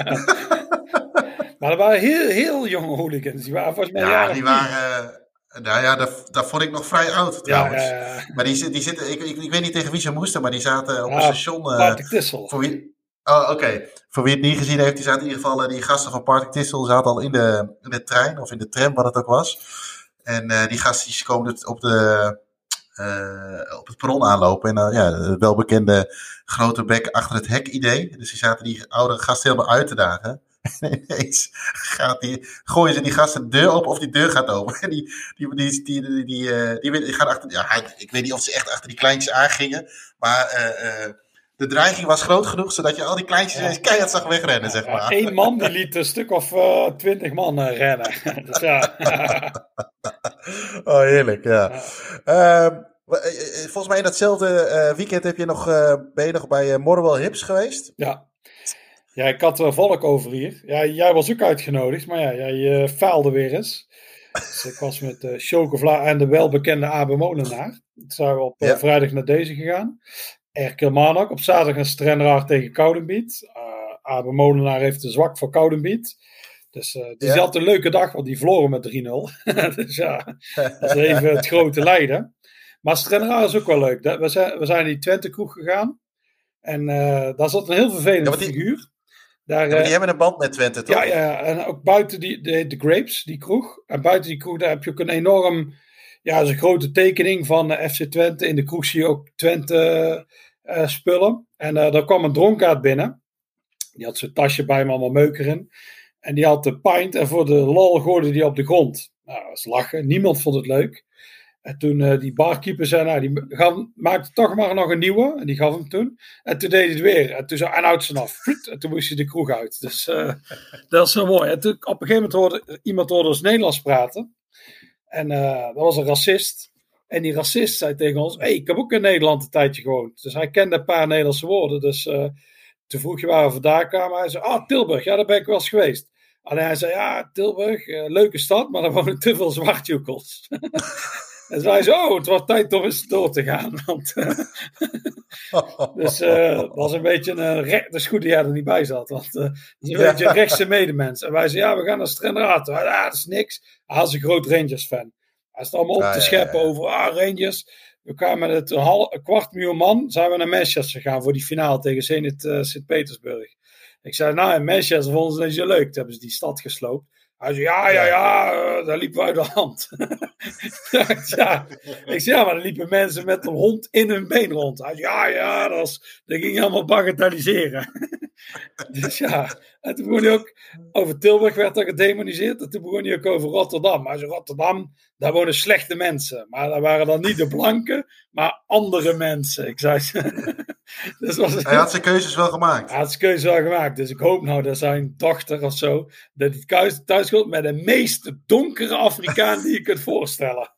Maar dat waren heel, heel jonge hooligans. Die waren volgens mij ja, jaren die waren... Uh, nou ja, dat, dat vond ik nog vrij oud trouwens. Ja, ja, ja. Maar die, die zitten... Ik, ik, ik weet niet tegen wie ze moesten, maar die zaten op ja, een station... Uh, Partick Thistle. Voor wie, oh, oké. Okay. Voor wie het niet gezien heeft, die zaten in ieder geval... Uh, die gasten van Partick Thistle zaten al in de, in de trein, of in de tram, wat het ook was. En uh, die gasten die komen op, de, uh, op het perron aanlopen. En uh, ja, het welbekende grote bek achter het hek idee. Dus die zaten die oude gasten helemaal uit te dagen. En ineens gaat die, gooien ze die gasten de deur open of die deur gaat open. En die, die, die, die, die, die, uh, die, die gaan achter, ja, ik weet niet of ze echt achter die kleintjes aangingen. Maar uh, uh, de dreiging was groot genoeg, zodat je al die kleintjes ja. keihard zag wegrennen, zeg maar. Eén man die liet een stuk of twintig uh, man uh, rennen. Dus ja. Oh, heerlijk, ja. ja. Uh, volgens mij in datzelfde uh, weekend heb je nog, uh, ben je nog bij uh, Morwell Hips geweest? Ja. Ja, ik had er volk over hier. Ja, jij was ook uitgenodigd, maar ja, jij uh, faalde weer eens. Dus ik was met uh, Chocovla en de welbekende Abe Molenaar. Toen zijn we op uh, ja. vrijdag naar deze gegaan. R. Kilmarnock. Op zaterdag een Stranraer tegen Cowdenbeath. Uh, Abe Molenaar heeft een zwak voor Cowdenbeath. Dus uh, die ja. had een leuke dag, want die verloren met drie nul. Dus ja, dat is even het grote lijden. Maar Stranraer is ook wel leuk. We zijn, we zijn in die Twente kroeg gegaan. En uh, daar zat een heel vervelende ja, die... figuur. Daar, ja, maar die hebben een band met Twente, toch? Ja, ja, en ook buiten die, de, de Grapes, die kroeg. En buiten die kroeg, daar heb je ook een enorm... Ja, dat is een grote tekening van uh, F C Twente. In de kroeg zie je ook Twente uh, spullen. En uh, daar kwam een dronkaard binnen. Die had zijn tasje bij hem, allemaal meuker in. En die had de pint en voor de lol gooide die op de grond. Nou, dat was lachen. Niemand vond het leuk. En toen uh, die barkeeper zei, nou, die gaf, maakte toch maar nog een nieuwe. En die gaf hem toen. En toen deed hij het weer. En toen zei hij, en houdt ze af. En toen moest hij de kroeg uit. Dus uh, dat is zo mooi. En toen, op een gegeven moment hoorde iemand hoorde ons Nederlands praten. En uh, dat was een racist. En die racist zei tegen ons, hey, ik heb ook in Nederland een tijdje gewoond. Dus hij kende een paar Nederlandse woorden. Dus uh, toen vroeg je waar we vandaan kwamen. Hij zei, ah, Tilburg. Ja, daar ben ik wel eens geweest. Alleen hij zei, ja, Tilburg, uh, leuke stad, maar daar wonen te veel zwartjoekels. En zei ze, oh, het wordt tijd om eens door te gaan. Want, uh, dus uh, dat was een beetje een recht. Het is goed dat jij er niet bij zat. Want uh, dat is een ja. beetje een rechtse medemens. En wij zeiden, ja, we gaan naar Stranraer. Ja, dat is niks. Hij is een groot Rangers-fan. Hij staat allemaal op ja, te scheppen ja, ja. over, ah, Rangers. We kwamen met het half, een kwart miljoen man. Zijn we naar Manchester gegaan voor die finale tegen Zenit uh, Sint-Petersburg. Ik zei, nou, in Manchester vonden ze het niet zo leuk. Toen hebben ze die stad gesloopt. Hij zei, ja, ja, ja, uh, daar liepen we uit de hand. ja, ik zei, ja, maar er liepen mensen met een hond in hun been rond. Hij zei, ja, ja, dat, was, dat ging je allemaal bagatelliseren. Dus ja, en toen begon hij ook, over Tilburg werd dat gedemoniseerd. En toen begon hij ook over Rotterdam. Hij zei, Rotterdam, daar wonen slechte mensen. Maar dat waren dan niet de blanken, maar andere mensen. Ik zei, dus was, hij had zijn keuzes wel gemaakt. Hij had zijn keuzes wel gemaakt. Dus ik hoop nou dat zijn dochter of zo, dat hij thuis, thuis komt met de meest donkere Afrikaan die je kunt voorstellen.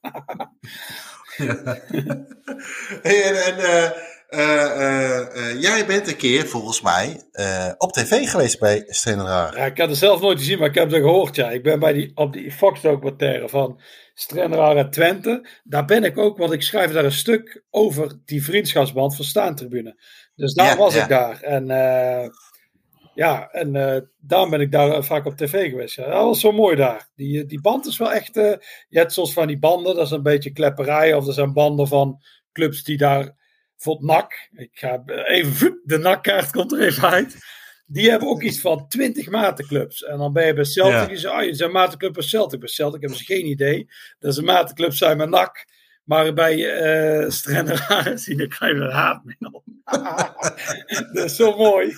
Ja. Hey, en en uh, uh, uh, uh, jij bent een keer, volgens mij, uh, op tv geweest bij Stranraer. Ja, ik had het zelf nooit gezien, maar ik heb het gehoord, ja. Ik ben bij die, op die Fox-documentaire van Stranraer en Twente. Daar ben ik ook, want ik schrijf daar een stuk over die vriendschapsband van Staantribune. Dus daar ja, was ja. ik daar. En uh, ja, en uh, daarom ben ik daar vaak op tv geweest. Ja. Dat was zo mooi daar. Die, die band is wel echt... Uh, je hebt soms van die banden, dat is een beetje klepperij. Of er zijn banden van clubs die daar... Voor het N A C. Ik ga even... De N A C-kaart komt er even uit. Die hebben ook iets van twintig matenclubs. En dan ben je bij Celtic. Ja. Je zegt, oh, je bent een matenclub bij Celtic. Bij Celtic hebben ze geen idee. Dat ze een matenclub zijn met N A C. Maar bij uh, Strenner zie dan krijg je een haatmail. Dat is zo mooi.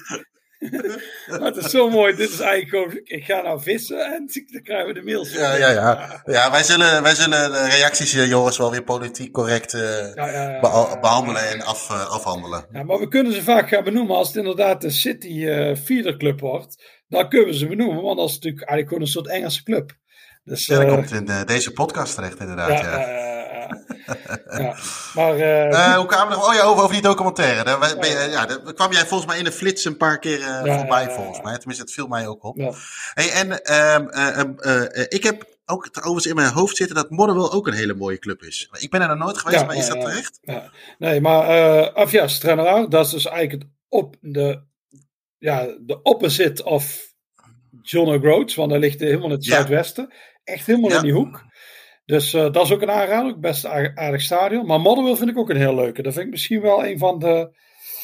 Maar het is zo mooi. Dit is eigenlijk gewoon, ik ga nou vissen en dan krijgen we de mails. Ja, ja, ja. ja wij, zullen, wij zullen de reacties, Joris, wel weer politiek correct uh, ja, ja, ja, beha- behandelen en af, uh, afhandelen. Ja, maar we kunnen ze vaak gaan benoemen. Als het inderdaad de City uh, feederclub wordt, dan kunnen we ze benoemen. Want dat is natuurlijk eigenlijk gewoon een soort Engelse club. Dus, ja, dat uh, komt in de, deze podcast terecht inderdaad. Ja, ja. ja. Ja, maar, uh, uh, hoe kwamen we nog? Oh ja, over, over die documentaire. Daar, ben je, ja, daar kwam jij volgens mij in de flits een paar keer uh, ja, voorbij, volgens mij. Tenminste, het viel mij ook op. Ja. Hey, en uh, uh, uh, uh, ik heb ook overigens in mijn hoofd zitten dat Motherwell ook een hele mooie club is. Ik ben er nog nooit geweest, ja, maar is dat terecht? Ja. Nee, maar uh, of ja, Strenner, dat is dus eigenlijk het op de, ja, de opposite of John O'Groats, want daar ligt helemaal in het ja. zuidwesten. Echt helemaal ja. in die hoek. Dus uh, dat is ook een aanrader, ook best een aardig stadion. Maar Motherwell vind ik ook een heel leuke. Dat vind ik misschien wel een van de...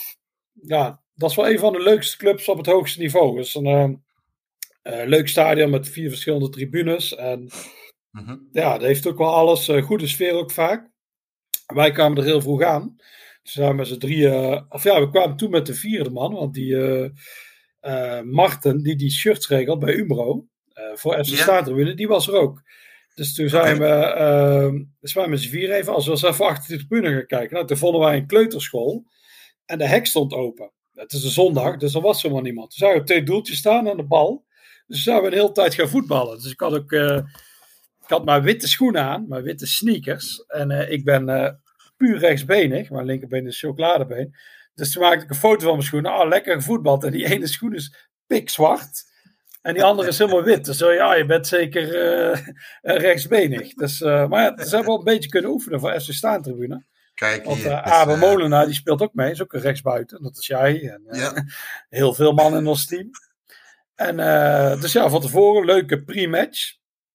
Ja, dat is wel een van de leukste clubs op het hoogste niveau. Het is een uh, uh, leuk stadion met vier verschillende tribunes. En mm-hmm. ja, dat heeft ook wel alles. Uh, goede sfeer ook vaak. Wij kwamen er heel vroeg aan. Dus we waren met z'n drieën... Uh, of ja, we kwamen toen met de vierde man. Want die uh, uh, Marten, die die shirts regelt bij Umbro... Uh, voor F C ja. Staantribune, die was er ook. Dus toen zijn we, uh, dus wij met z'n vier even, als we eens even achter de tribune gaan kijken. Nou, toen vonden wij een kleuterschool en de hek stond open. Het is een zondag, dus er was helemaal niemand. Toen zagen we twee doeltjes staan aan de bal. Dus toen zijn we de hele tijd gaan voetballen. Dus ik had ook, uh, ik had maar witte schoenen aan, maar witte sneakers. En uh, ik ben uh, puur rechtsbenig, mijn linkerbeen is chocoladebeen. Dus toen maakte ik een foto van mijn schoenen. Ah, oh, lekker gevoetbald. En die ene schoen is pikzwart. En die andere is helemaal wit. Dus ja, je bent zeker uh, rechtsbenig. Dus, uh, maar ja, ze hebben wel een beetje kunnen oefenen voor F C Staantribune. Kijk Want hier. uh, Abe uh... Molenaar, die speelt ook mee. Is ook een rechtsbuiten. Dat is jij. En, uh, ja. Heel veel mannen in ons team. En uh, dus ja, van tevoren leuke pre-match.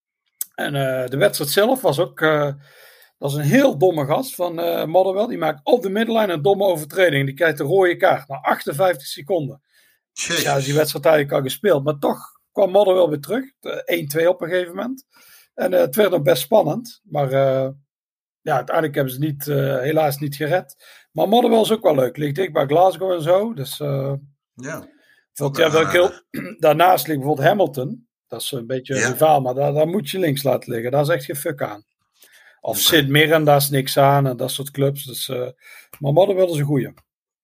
En uh, de wedstrijd zelf was ook... Uh, dat is een heel domme gast van uh, Motherwell. Die maakt op de middenlijn een domme overtreding. Die krijgt een rode kaart na achtenvijftig seconden. Dus ja, is die wedstrijd eigenlijk al gespeeld. Maar toch kwam Motherwell weer terug. één-twee op een gegeven moment. En uh, het werd nog best spannend. Maar uh, ja, uiteindelijk hebben ze niet, uh, helaas niet gered. Maar Motherwell is ook wel leuk. Ligt dicht bij Glasgow en zo. Dus uh, ja. Want, ja, dat heel, daarnaast ligt bijvoorbeeld Hamilton. Dat is een beetje een ja. rivaal. Maar daar, daar moet je links laten liggen. Daar is echt geen fuck aan. Of okay. Sid Mirren, daar is niks aan. En dat soort clubs. Dus, uh, maar Motherwell is een goeie.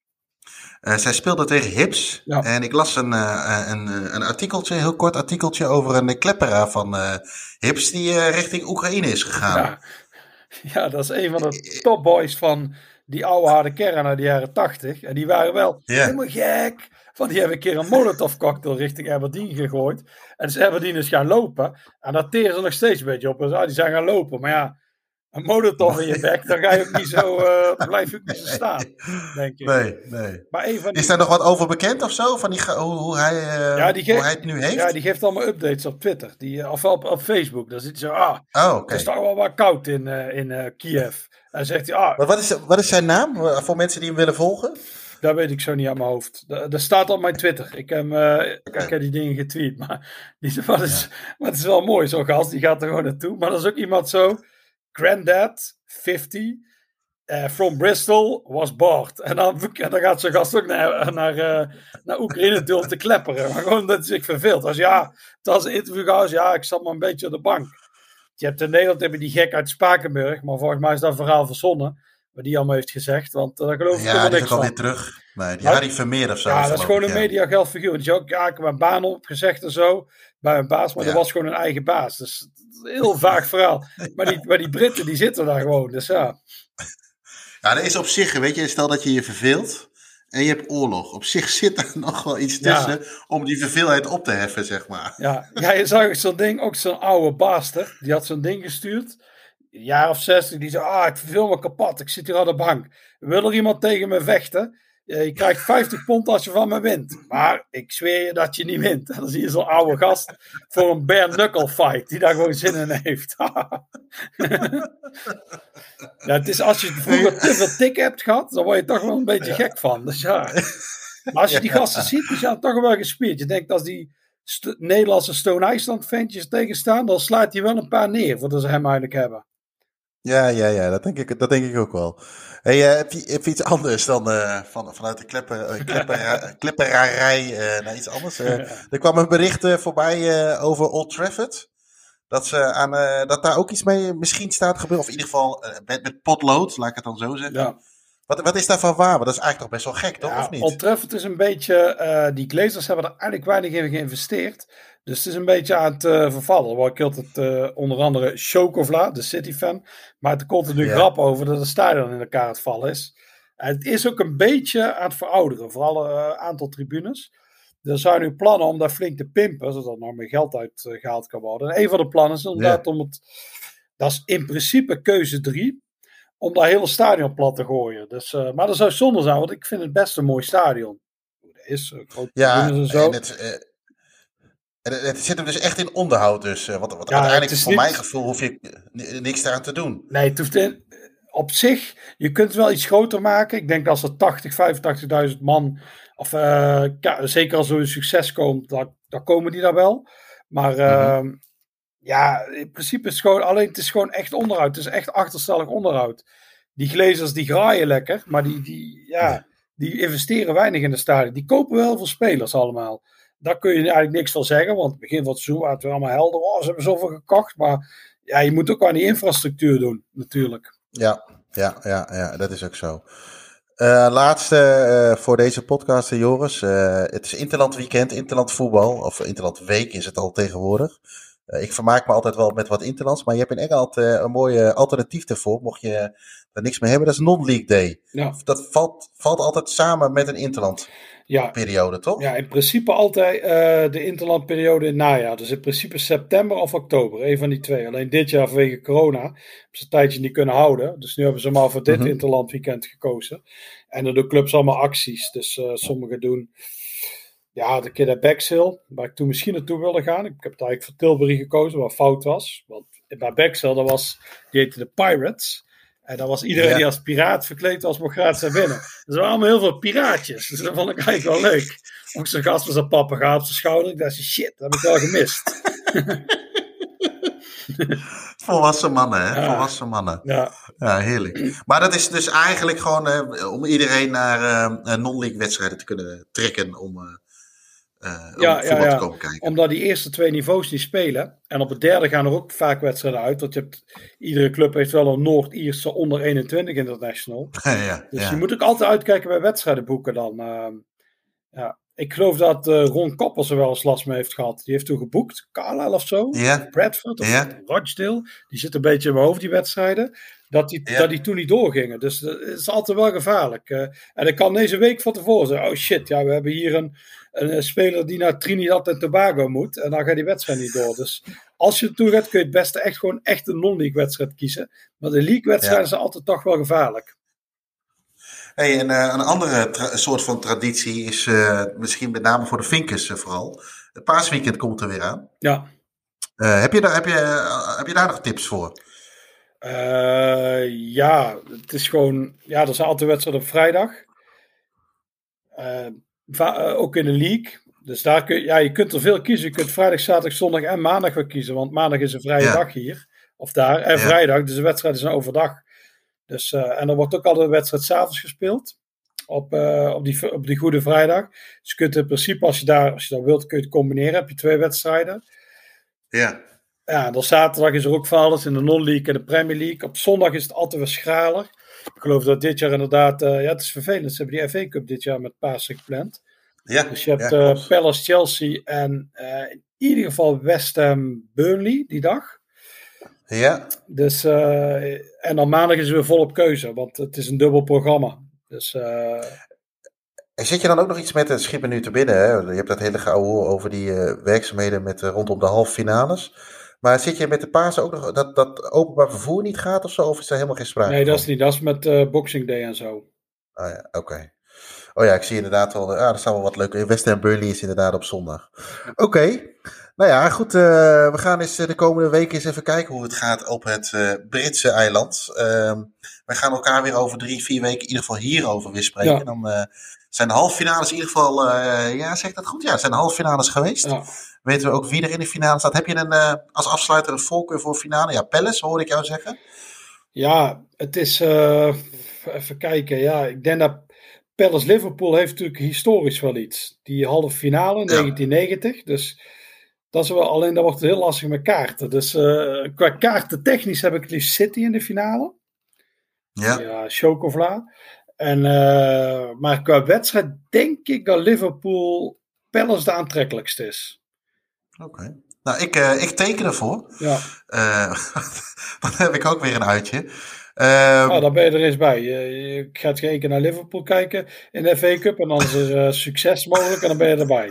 Uh, zij speelde tegen Hibs. Ja. En ik las een, uh, een, een artikeltje, een heel kort artikeltje over een klepperaar van uh, Hibs die uh, richting Oekraïne is gegaan. Ja. ja, dat is een van de topboys van die oude harde kern uit de jaren tachtig. En die waren wel yeah. helemaal gek. Want die hebben een keer een Molotov cocktail richting Aberdeen gegooid. En dus Aberdeen is gaan lopen. En dat teren ze nog steeds een beetje op. Dus, ah, die zijn gaan lopen. Maar ja, een Molotov in je bek, dan ga je ook niet zo, uh, dan blijf je ook niet zo staan, denk ik. Nee, nee. Maar een van die... Is daar nog wat over bekend of zo? Van die, hoe, hoe, hij, uh, ja, die geeft, hoe hij het nu heeft? Ja, die geeft allemaal updates op Twitter. Die, of op, op Facebook. Dan zit hij zo, ah, oh, okay. het is toch wel wat koud in, uh, in uh, Kiev. En zegt hij, ah... Maar wat is, wat is zijn naam? Voor mensen die hem willen volgen? Dat weet ik zo niet aan mijn hoofd. Dat, dat staat op mijn Twitter. Ik heb, uh, ik, ik heb die dingen getweet. Maar, die, maar, het is, ja. maar het is wel mooi, zo'n gast. Die gaat er gewoon naartoe. Maar dat is ook iemand zo... Granddad, fifty, uh, from Bristol, was bored. En dan, en dan gaat zo'n gast ook naar, naar, uh, naar Oekraïne toe om te klepperen. Maar gewoon dat hij zich verveelt. Als ja, het was een interview gehad, ja, ik zat maar een beetje op de bank. Je hebt in Nederland heb je die gek uit Spakenburg, maar volgens mij is dat verhaal verzonnen. Wat die allemaal heeft gezegd, want uh, daar geloof ik ja, helemaal niks van. Ja, die is alweer terug. Nee, die Harry Vermeer of zo. Ja, dat is gewoon ik, een ja. mediageldfiguur. Die zei ook, ja, ik heb mijn baan opgezegd en zo. Bij een baas, maar ja. dat was gewoon een eigen baas. Dus een heel vaag verhaal. Maar die, maar die Britten, die zitten daar gewoon. Dus ja. Ja, dat is op zich, weet je, stel dat je je verveelt en je hebt oorlog. Op zich zit er nog wel iets tussen ja. om die verveelheid op te heffen, zeg maar. Ja, ja je zag zo'n ding, ook zo'n oude baaster. Die had zo'n ding gestuurd. Een jaar of zestig, die zei, ah, ik verveel me kapot. Ik zit hier aan de bank. Wil er iemand tegen me vechten? Je krijgt vijftig pond als je van me wint. Maar ik zweer je dat je niet wint. En dan zie je zo'n oude gast voor een bare knuckle fight. Die daar gewoon zin in heeft. Ja, het is als je vroeger te veel tik hebt gehad. Dan word je toch wel een beetje gek van. Dus ja. Maar als je die gasten ziet. Die zijn toch wel gespierd. Je denkt als die st- Nederlandse Stone IJsland ventjes tegenstaan. Dan slaat hij wel een paar neer. Voordat ze hem eigenlijk hebben. Ja, ja, ja, dat denk ik, dat denk ik ook wel. Hey, uh, heb, je, heb je iets anders dan uh, van, vanuit de klepper, uh, klepper, klepperarij uh, naar iets anders? Uh, er kwam een bericht uh, voorbij uh, over Old Trafford. Dat, ze aan, uh, dat daar ook iets mee misschien staat gebeuren. Of in ieder geval uh, met, met potlood, laat ik het dan zo zeggen. Ja. Wat, wat is daarvan waar? Want dat is eigenlijk toch best wel gek, toch? Ja, of niet? Old Trafford is een beetje... Uh, die Glazers hebben er eigenlijk weinig in geïnvesteerd. Dus het is een beetje aan het uh, vervallen. Waar ik altijd uh, onder andere Shokovla, de City-fan, maar er komt er nu ja. grap over dat het stadion in elkaar aan het vallen is. En het is ook een beetje aan het verouderen. Vooral een uh, aantal tribunes. Er zijn nu plannen om daar flink te pimpen, zodat er nog meer geld uit uh, gehaald kan worden. En een van de plannen is inderdaad ja. om het... Dat is in principe keuze drie. Om dat hele stadion plat te gooien. Dus, uh, maar dat zou zonde zijn, want ik vind het best een mooi stadion. Het is uh, groot ja, en zo. En het, uh, het, het zit hem dus echt in onderhoud. Dus, uh, wat, wat ja, uiteindelijk, voor niet... mijn gevoel, hoef je uh, niks eraan te doen. Nee, het hoeft in, op zich, je kunt het wel iets groter maken. Ik denk als er tachtig, vijfentachtigduizend man, of uh, ja, zeker als er een succes komt, dan, dan komen die daar wel. Maar uh, mm-hmm. ja, in principe is het gewoon, alleen het is gewoon echt onderhoud. Het is echt achterstallig onderhoud. Die glazers die graaien lekker, maar die, die, ja, nee. die investeren weinig in de stadion. Die kopen wel veel spelers allemaal. Daar kun je eigenlijk niks van zeggen, want het begin van het seizoen waren het allemaal helder. Oh, ze hebben zoveel gekocht, maar ja, je moet ook aan die infrastructuur doen, natuurlijk. Ja, ja, ja, ja, dat is ook zo. Uh, laatste uh, voor deze podcast, uh, Joris. Uh, het is Interland weekend, Interland voetbal, of Interland week is het al tegenwoordig. Uh, ik vermaak me altijd wel met wat Interlands, maar je hebt in Engeland uh, een mooi uh, alternatief ervoor, mocht je er niks mee hebben. Dat is Non-League Day. Ja. Dat valt, valt altijd samen met een Interland ja. periode, toch? Ja, in principe altijd uh, de Interland-periode in het najaar. Dus in principe september of oktober, een van die twee. Alleen dit jaar vanwege corona hebben ze een tijdje niet kunnen houden. Dus nu hebben ze maar voor dit mm-hmm. Interland weekend gekozen. En dan doen clubs allemaal acties. Dus uh, sommigen doen... Ja, de keer naar Bexhill, waar ik toen misschien naartoe wilde gaan. Ik heb het eigenlijk voor Tilbury gekozen, wat fout was. Want bij Bexhill, dat was, die heette de Pirates. En dat was iedereen ja. die als piraat verkleed was, mocht gratis naar binnen. Er waren allemaal heel veel piraatjes. Dus dat vond ik eigenlijk wel leuk. Ook zo'n gast met zijn papegaai op zijn schouder. Ik dacht, shit, dat heb ik wel gemist. Volwassen mannen, hè? Ja. Volwassen mannen. Ja. ja, heerlijk. Maar dat is dus eigenlijk gewoon uh, om iedereen naar uh, non-league wedstrijden te kunnen trekken om... Uh, Uh, om ja, ja, ja. te komen kijken. Omdat die eerste twee niveaus niet spelen. En op het derde gaan er ook vaak wedstrijden uit. Want je hebt, iedere club heeft wel een Noord-Ierse onder eenentwintig international. ja, ja, dus ja. je moet ook altijd uitkijken bij wedstrijden boeken dan. Uh, ja. Ik geloof dat uh, Ron Koppers er wel eens last mee heeft gehad. Die heeft toen geboekt. Carlisle of zo. Ja. Of Bradford of ja. Rochdale. Die zit een beetje in mijn hoofd, die wedstrijden. Dat die, ja. dat die toen niet doorgingen. Dus dat is altijd wel gevaarlijk. Uh, en ik kan deze week van tevoren zeggen. Oh shit, ja, we hebben hier een, een speler die naar Trinidad en Tobago moet. En dan gaat die wedstrijd niet door. Dus als je er toe gaat, kun je het beste echt gewoon echt een non-league wedstrijd kiezen. Maar de league wedstrijden ja. zijn altijd toch wel gevaarlijk. Hey, en, uh, een andere tra- soort van traditie is uh, misschien met name voor de Vinkers uh, vooral. Het paasweekend komt er weer aan. Ja. Uh, heb, je daar, heb, je, uh, heb je daar nog tips voor? Uh, ja, het is gewoon... Ja, er zijn altijd wedstrijden op vrijdag. Uh, va- uh, ook in de league. Dus daar kun je... Ja, je kunt er veel kiezen. Je kunt vrijdag, zaterdag, zondag en maandag wel kiezen. Want maandag is een vrije ja. dag hier. Of daar. En ja. vrijdag. Dus de wedstrijden zijn overdag. Dus, uh, en er wordt ook altijd een wedstrijd 's avonds gespeeld. Op, uh, op, die, op die Goede Vrijdag. Dus je kunt in principe, als je, daar, als je dat wilt, kun je het combineren. Heb je twee wedstrijden. Ja. Ja, dan zaterdag is er ook van alles in de non-league en de Premier League. Op zondag is het altijd wat schraler. Ik geloof dat dit jaar inderdaad... Uh, ja, het is vervelend. Ze hebben die F A Cup dit jaar met Pasen gepland. Ja, dus je hebt ja, uh, Palace, Chelsea en uh, in ieder geval West Ham, Burnley die dag. Ja. Dus, uh, en dan maandag is er weer volop keuze, want het is een dubbel programma. Dus, uh... En zit je dan ook nog iets met het schippen nu te binnen? Hè? Je hebt dat hele geouwe over die uh, werkzaamheden met, uh, rondom de halve finales. Maar zit je met de Pasen ook nog dat, dat openbaar vervoer niet gaat of zo? Of is er helemaal geen sprake Nee, van? dat is niet. Dat is met uh, Boxing Day en zo. Oh ja, oké. Okay. Oh ja, ik zie inderdaad wel... Ah, dat zou wel wat leuk. West Ham Burnley is inderdaad op zondag. Oké. Okay. Nou ja, goed. Uh, we gaan eens de komende weken eens even kijken hoe het gaat op het uh, Britse eiland. Uh, wij gaan elkaar weer over drie, vier weken in ieder geval hierover weer spreken. Ja. Dan uh, zijn de halffinales in ieder geval... Uh, ja, zeg ik dat goed? Ja, het zijn de halffinales geweest. Ja. Weten we ook wie er in de finale staat. Heb je een, uh, als afsluiter een voorkeur voor finale? Ja, Palace, hoorde ik jou zeggen. Ja, het is... Uh, even kijken. Ja, ik denk dat Palace Liverpool heeft natuurlijk historisch wel iets. Die halve finale in ja. negentien negentig. Dus dat is wel... Alleen dat wordt heel lastig met kaarten. Dus uh, qua kaarten technisch heb ik het liefst City in de finale. Ja. Ja, Chocola. En, uh, maar qua wedstrijd denk ik dat Liverpool Palace de aantrekkelijkste is. Oké. Okay. Nou, ik, uh, ik teken ervoor. Ja. Uh, dan heb ik ook weer een uitje. Uh, nou, dan ben je er eens bij. Je, je gaat geen keer naar Liverpool kijken in de F A Cup en dan is er uh, succes mogelijk en dan ben je erbij.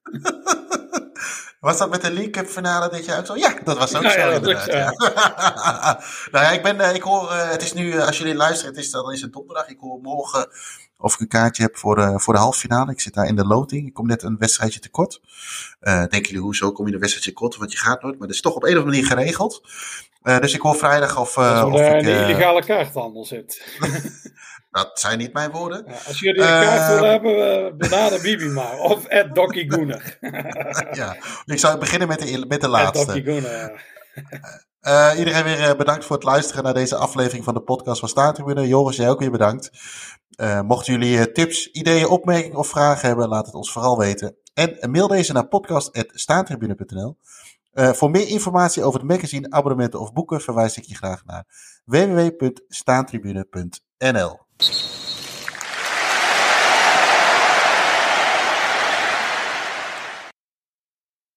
Was dat met de League Cup finale dit jaar ook zo? Ja, dat was ook ja, zo ja, inderdaad. Dat ja. Ja. nou ja, ik ben, uh, ik hoor, uh, het is nu, uh, als jullie luisteren, het is, dan is het donderdag. Ik hoor morgen of ik een kaartje heb voor de, voor de halve finale. Ik zit daar in de loting. Ik kom net een wedstrijdje tekort. Uh, denken jullie, hoezo kom je een wedstrijdje tekort? Want je gaat nooit, maar dat is toch op een of andere manier geregeld. Uh, dus ik hoor vrijdag of... Uh, of er een uh, illegale kaarthandel zit. Dat zijn niet mijn woorden. Ja, als jullie een kaart uh, willen hebben, uh, benader Bibi maar. Of Ed Dokkie Goener. ja, ik zou beginnen met de, met de laatste. Ed Dokkie Goener, ja. Uh, iedereen weer uh, bedankt voor het luisteren naar deze aflevering van de podcast van Staantribune. Joris, jij ook weer bedankt. Uh, mochten jullie uh, tips, ideeën, opmerkingen of vragen hebben, laat het ons vooral weten. En uh, mail deze naar podcast apenstaarttribune staantribune punt n l. Uh, voor meer informatie over het magazine, abonnementen of boeken verwijs ik je graag naar w w w punt staantribune punt n l.